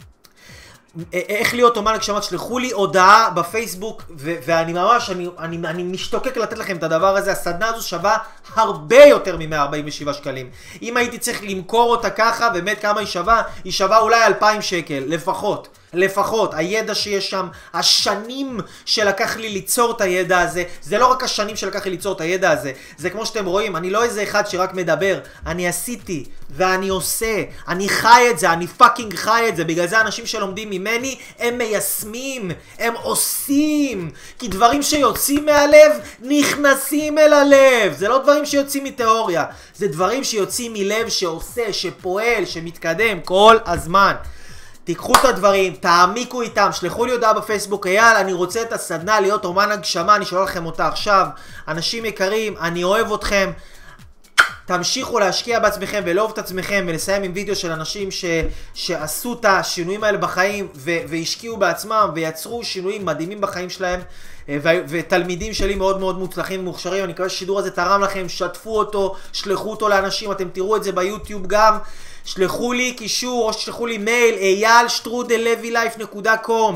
איך להיות אומן הגשמה, תשלחו לי הודעה בפייסבוק, ואני ממש, אני משתוקק לתת לכם את הדבר הזה. הסדנה הזו שווה הרבה יותר מ-147 שקלים. אם הייתי צריך למכור אותה ככה, באמת כמה היא שווה? היא שווה אולי 2,000 שקל, לפחות. הידע שיש שם, השנים שלקח לי ליצור את הידע הזה, זה לא רק השנים שלקח לי ליצור את הידע הזה, זה כמו שאתם רואים, אני לא איזה אחד שרק מדבר, אני עשיתי ואני עושה, אני חי את זה, אני פאקינג חי את זה. בגלל זה אנשים שלומדים ממני, הם מיישמים, הם עושים, כי דברים שיוצאים מהלב נכנסים אל הלב. זה לא דברים שיוצאים מתיאוריה, זה דברים שיוצאים מלב שעושה, שפועל, שמתקדם כל הזמן. תיקחו את הדברים, תעמיקו איתם, שלחו לי הודעה בפייסבוק, אייל, אני רוצה את הסדנה להיות אומן הגשמה, אני שואל לכם אותה עכשיו. אנשים יקרים, אני אוהב אתכם. תמשיכו להשקיע בעצמכם ולאהוב את עצמכם, ולסיים עם וידאו של אנשים שעשו את השינויים האלה בחיים והשקיעו בעצמם ויצרו שינויים מדהימים בחיים שלהם, ותלמידים שלי מאוד מאוד מוצלחים ומוכשרים. אני מקווה שהשידור הזה תרם לכם, שתפו אותו, שלחו אותו לאנשים, אתם תראו את זה ביוטיוב גם. שלחו לי קישור או שלחו לי מייל, eyal@levylife.com,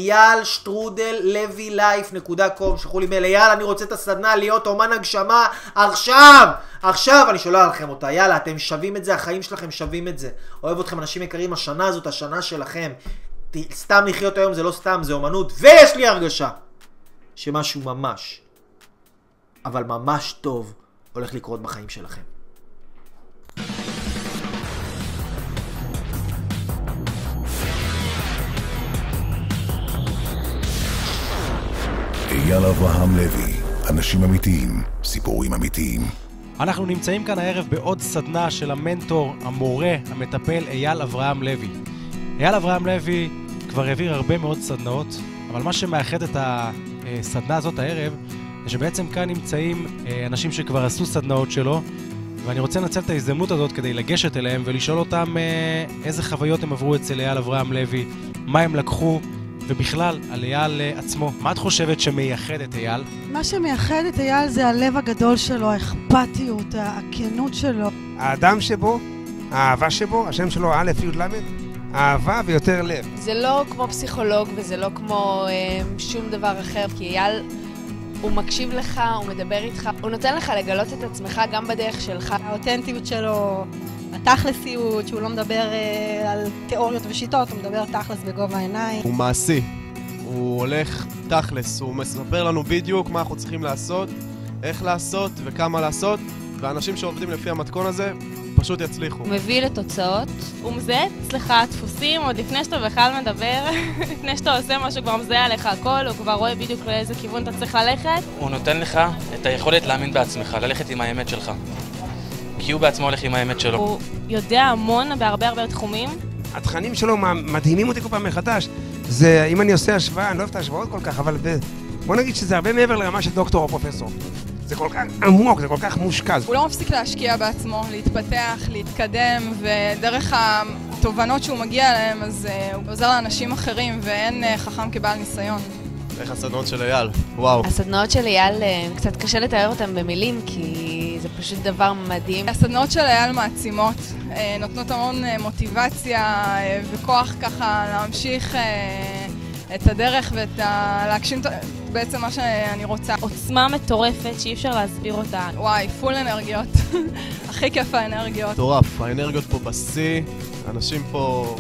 eyal@levylife.com. שלחו לי מייל, אייל, אני רוצה את הסדנה להיות אומן הגשמה עכשיו אני שולח לכם אותה. יאללה, אתם שווים את זה, החיים שלכם שווים את זה. אוהב אתכם אנשים יקרים, השנה הזאת השנה שלכם. סתם לחיות היום זה לא סתם, זה אומנות, ויש לי הרגשה שמשהו ממש, אבל ממש טוב הולך לקרות בחיים שלכם.
אייל אברהם לוי, אנשים אמיתיים, סיפורים אמיתיים.
אנחנו נמצאים כאן הערב בעוד סדנה של המנטור, המורה, המטפל אייל אברהם לוי. אייל אברהם לוי כבר העביר הרבה מאוד סדנאות, אבל מה שמאחד את הסדנה הזאת הערב, זה שבעצם כאן נמצאים אנשים שכבר עשו סדנאות שלו, ואני רוצה לנצל את ההזדמנות הזאת כדי לגשת אליהם ולשאול אותם איזה חוויות הם עברו אצל אייל אברהם לוי, מה הם לקחו, ובכלל על אייל עצמו. מה את חושבת שמייחד את אייל?
מה שמייחד את אייל זה הלב הגדול שלו, האכפתיות, הכנות שלו.
האדם שבו, האהבה שבו, השם שלו א' י' ל', אהבה ויותר לב.
זה לא כמו פסיכולוג וזה לא כמו שום דבר אחר, כי אייל הוא מקשיב לך, הוא מדבר איתך, הוא נותן לך לגלות את עצמך גם בדרך שלך.
האותנטיות שלו, התכלסיות, שהוא לא מדבר על תיאוריות ושיטות, הוא מדבר תכלס בגובה העיניים.
הוא מעשי, הוא הולך תכלס, הוא מספר לנו בדיוק מה אנחנו צריכים לעשות, איך לעשות וכמה לעשות, ואנשים שעובדים לפי המתכון הזה פשוט יצליחו.
הוא מביא לתוצאות.
הוא מזהה אצלך דפוסים עוד לפני שאתה בכלל מדבר, לפני שאתה עושה משהו כבר מזהה עליך הכל, הוא כבר רואה בדיוק לאיזה כיוון אתה צריך ללכת.
הוא נותן לך את היכולת להאמין בעצמך, ללכת עם האמת שלך. כי הוא בעצמו הולך עם האמת שלו.
הוא יודע המון בהרבה תחומים.
התכנים שלו מדהימים אותי כל פעם מחדש. זה, אם אני עושה השוואה, אני לא אוהב את ההשוואות כל כך, אבל בוא נגיד שזה הרבה מעבר לרמה של דוקטור או פרופסור. זה כל כך עמוק, זה כל כך מושקע.
הוא לא מפסיק להשקיע בעצמו, להתפתח, להתקדם, ודרך התובנות שהוא מגיע אליהם, אז הוא עוזר לאנשים אחרים, ואין חכם כבעל ניסיון.
איך הסדנאות של אייל? וואו.
הסדנאות של אייל קצת קשה לתאר אותם במילים, כי זה פשוט דבר מדהים.
הסדנאות של אייל מעצימות, נותנות המון מוטיבציה וכוח ככה להמשיך את הדרך להגשים בעצם מה שאני רוצה.
עוצמה מטורפת שאי אפשר להסביר אותה.
וואי, פול אנרגיות. הכי כיף האנרגיות.
מטורף, האנרגיות פה בשיא, אנשים פה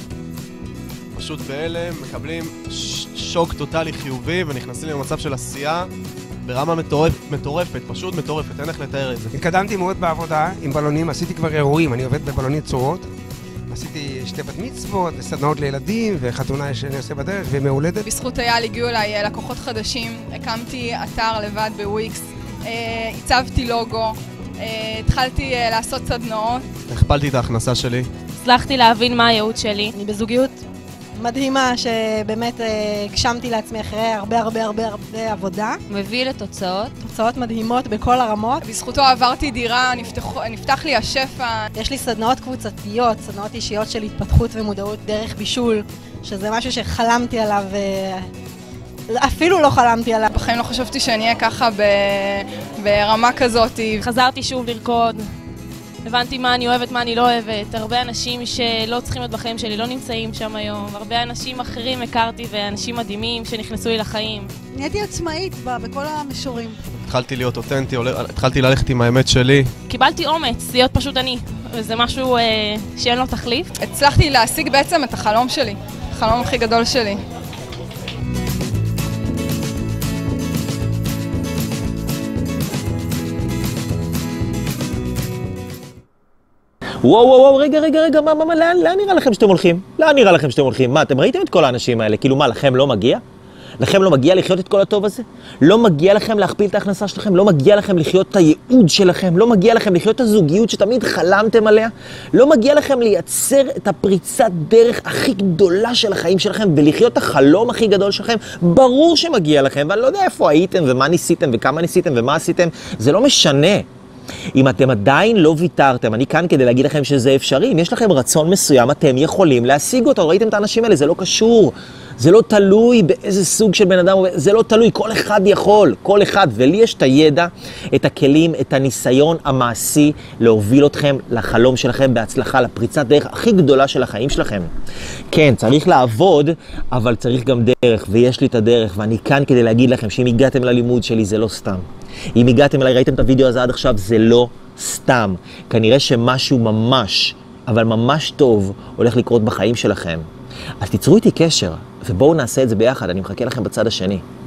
פשוט בהלם, מקבלים שוק טוטלי חיובי ונכנסים למצב של עשייה ברמה מטורפת, פשוט מטורפת, אין איך לתאר את זה.
התקדמתי מאוד בעבודה עם בלונים, עשיתי כבר אירועים, אני עובד בבלוני צורות. עשיתי 2 בת מצוות, סדנאות לילדים וחתונה שאני עושה בדרך ומהולדת.
בזכות אייל הגיעו אליי לקוחות חדשים, הקמתי אתר לבד בוויקס, הצבתי לוגו, התחלתי לעשות סדנאות.
הכפלתי את ההכנסה שלי.
הצלחתי להבין מה הייעוד שלי.
אני בזוגיות מדהימה שבאמת הגשמתי לעצמי אחרי הרבה עבודה.
הוא מביא לתוצאות.
תוצאות מדהימות בכל הרמות.
בזכותו עברתי דירה, נפתח לי השפע.
יש לי סדנאות קבוצתיות, סדנאות אישיות של התפתחות ומודעות דרך בישול, שזה משהו שחלמתי עליו, אפילו לא חלמתי עליו.
בחיים לא חשבתי שאני אהיה ככה ברמה כזאת.
חזרתי שוב לרקוד. הבנתי מה אני אוהבת, מה אני לא אוהבת. הרבה אנשים שלא צריכים להיות בחיים שלי לא נמצאים שם היום. הרבה אנשים אחרים הכרתי ואנשים מדהימים שנכנסו לי לחיים.
נהייתי עצמאית בכל המישורים.
התחלתי להיות אותנטי, התחלתי ללכת עם האמת שלי.
קיבלתי אומץ, להיות פשוט אני. וזה משהו שאין לו תחליף.
הצלחתי להשיג בעצם את החלום שלי. החלום הכי גדול שלי.
וואו, רגע, לאן נראה לכם שאתם הולכים? לאן נראה לכם שאתם הולכים? מה, אתם ראיתם את כל האנשים האלה? כאילו מה, לכם לא מגיע? לכם לא מגיע לחיות את כל הטוב הזה? לא מגיע לכם להכפיל את ההכנסה שלכם? לא מגיע לכם לחיות את הייעוד שלכם? לא מגיע לכם לחיות את הזוגיות שתמיד חלמתם עליה? לא מגיע לכם לייצר את הפריצת דרך הכי גדולה של החיים שלכם ולחיות את החלום הכי גדול שלכם? ברור שמגיע לכם, ואני לא יודע איפה הייתם ומה ניסיתם וכמה ניסיתם ומה עשיתם, זה לא משנה. אם אתם עדיין לא ויתרתם, אני כאן כדי להגיד לכם שזה אפשרי. אם יש לכם רצון מסוים, אתם יכולים להשיג אותו. ראיתם את האנשים האלה? זה לא קשור. זה לא תלוי באיזה סוג של בן אדם, זה לא תלוי, כל אחד יכול, כל אחד. ולי יש את הידע, את הכלים, את הניסיון המעשי להוביל אתכם לחלום שלכם בהצלחה, לפריצת דרך הכי גדולה של החיים שלכם. כן, צריך לעבוד, אבל צריך גם דרך, ויש לי את הדרך, ואני כאן כדי להגיד לכם שאם הגעתם ללימוד שלי זה לא סתם. אם הגעתם אליי, ראיתם את הוידאו הזה עד עכשיו, זה לא סתם. כנראה שמשהו ממש, אבל ממש טוב, הולך לקרות בחיים שלכם. אז תיצרו איתי קשר, ובואו נעשה את זה ביחד, אני מחכה לכם בצד השני.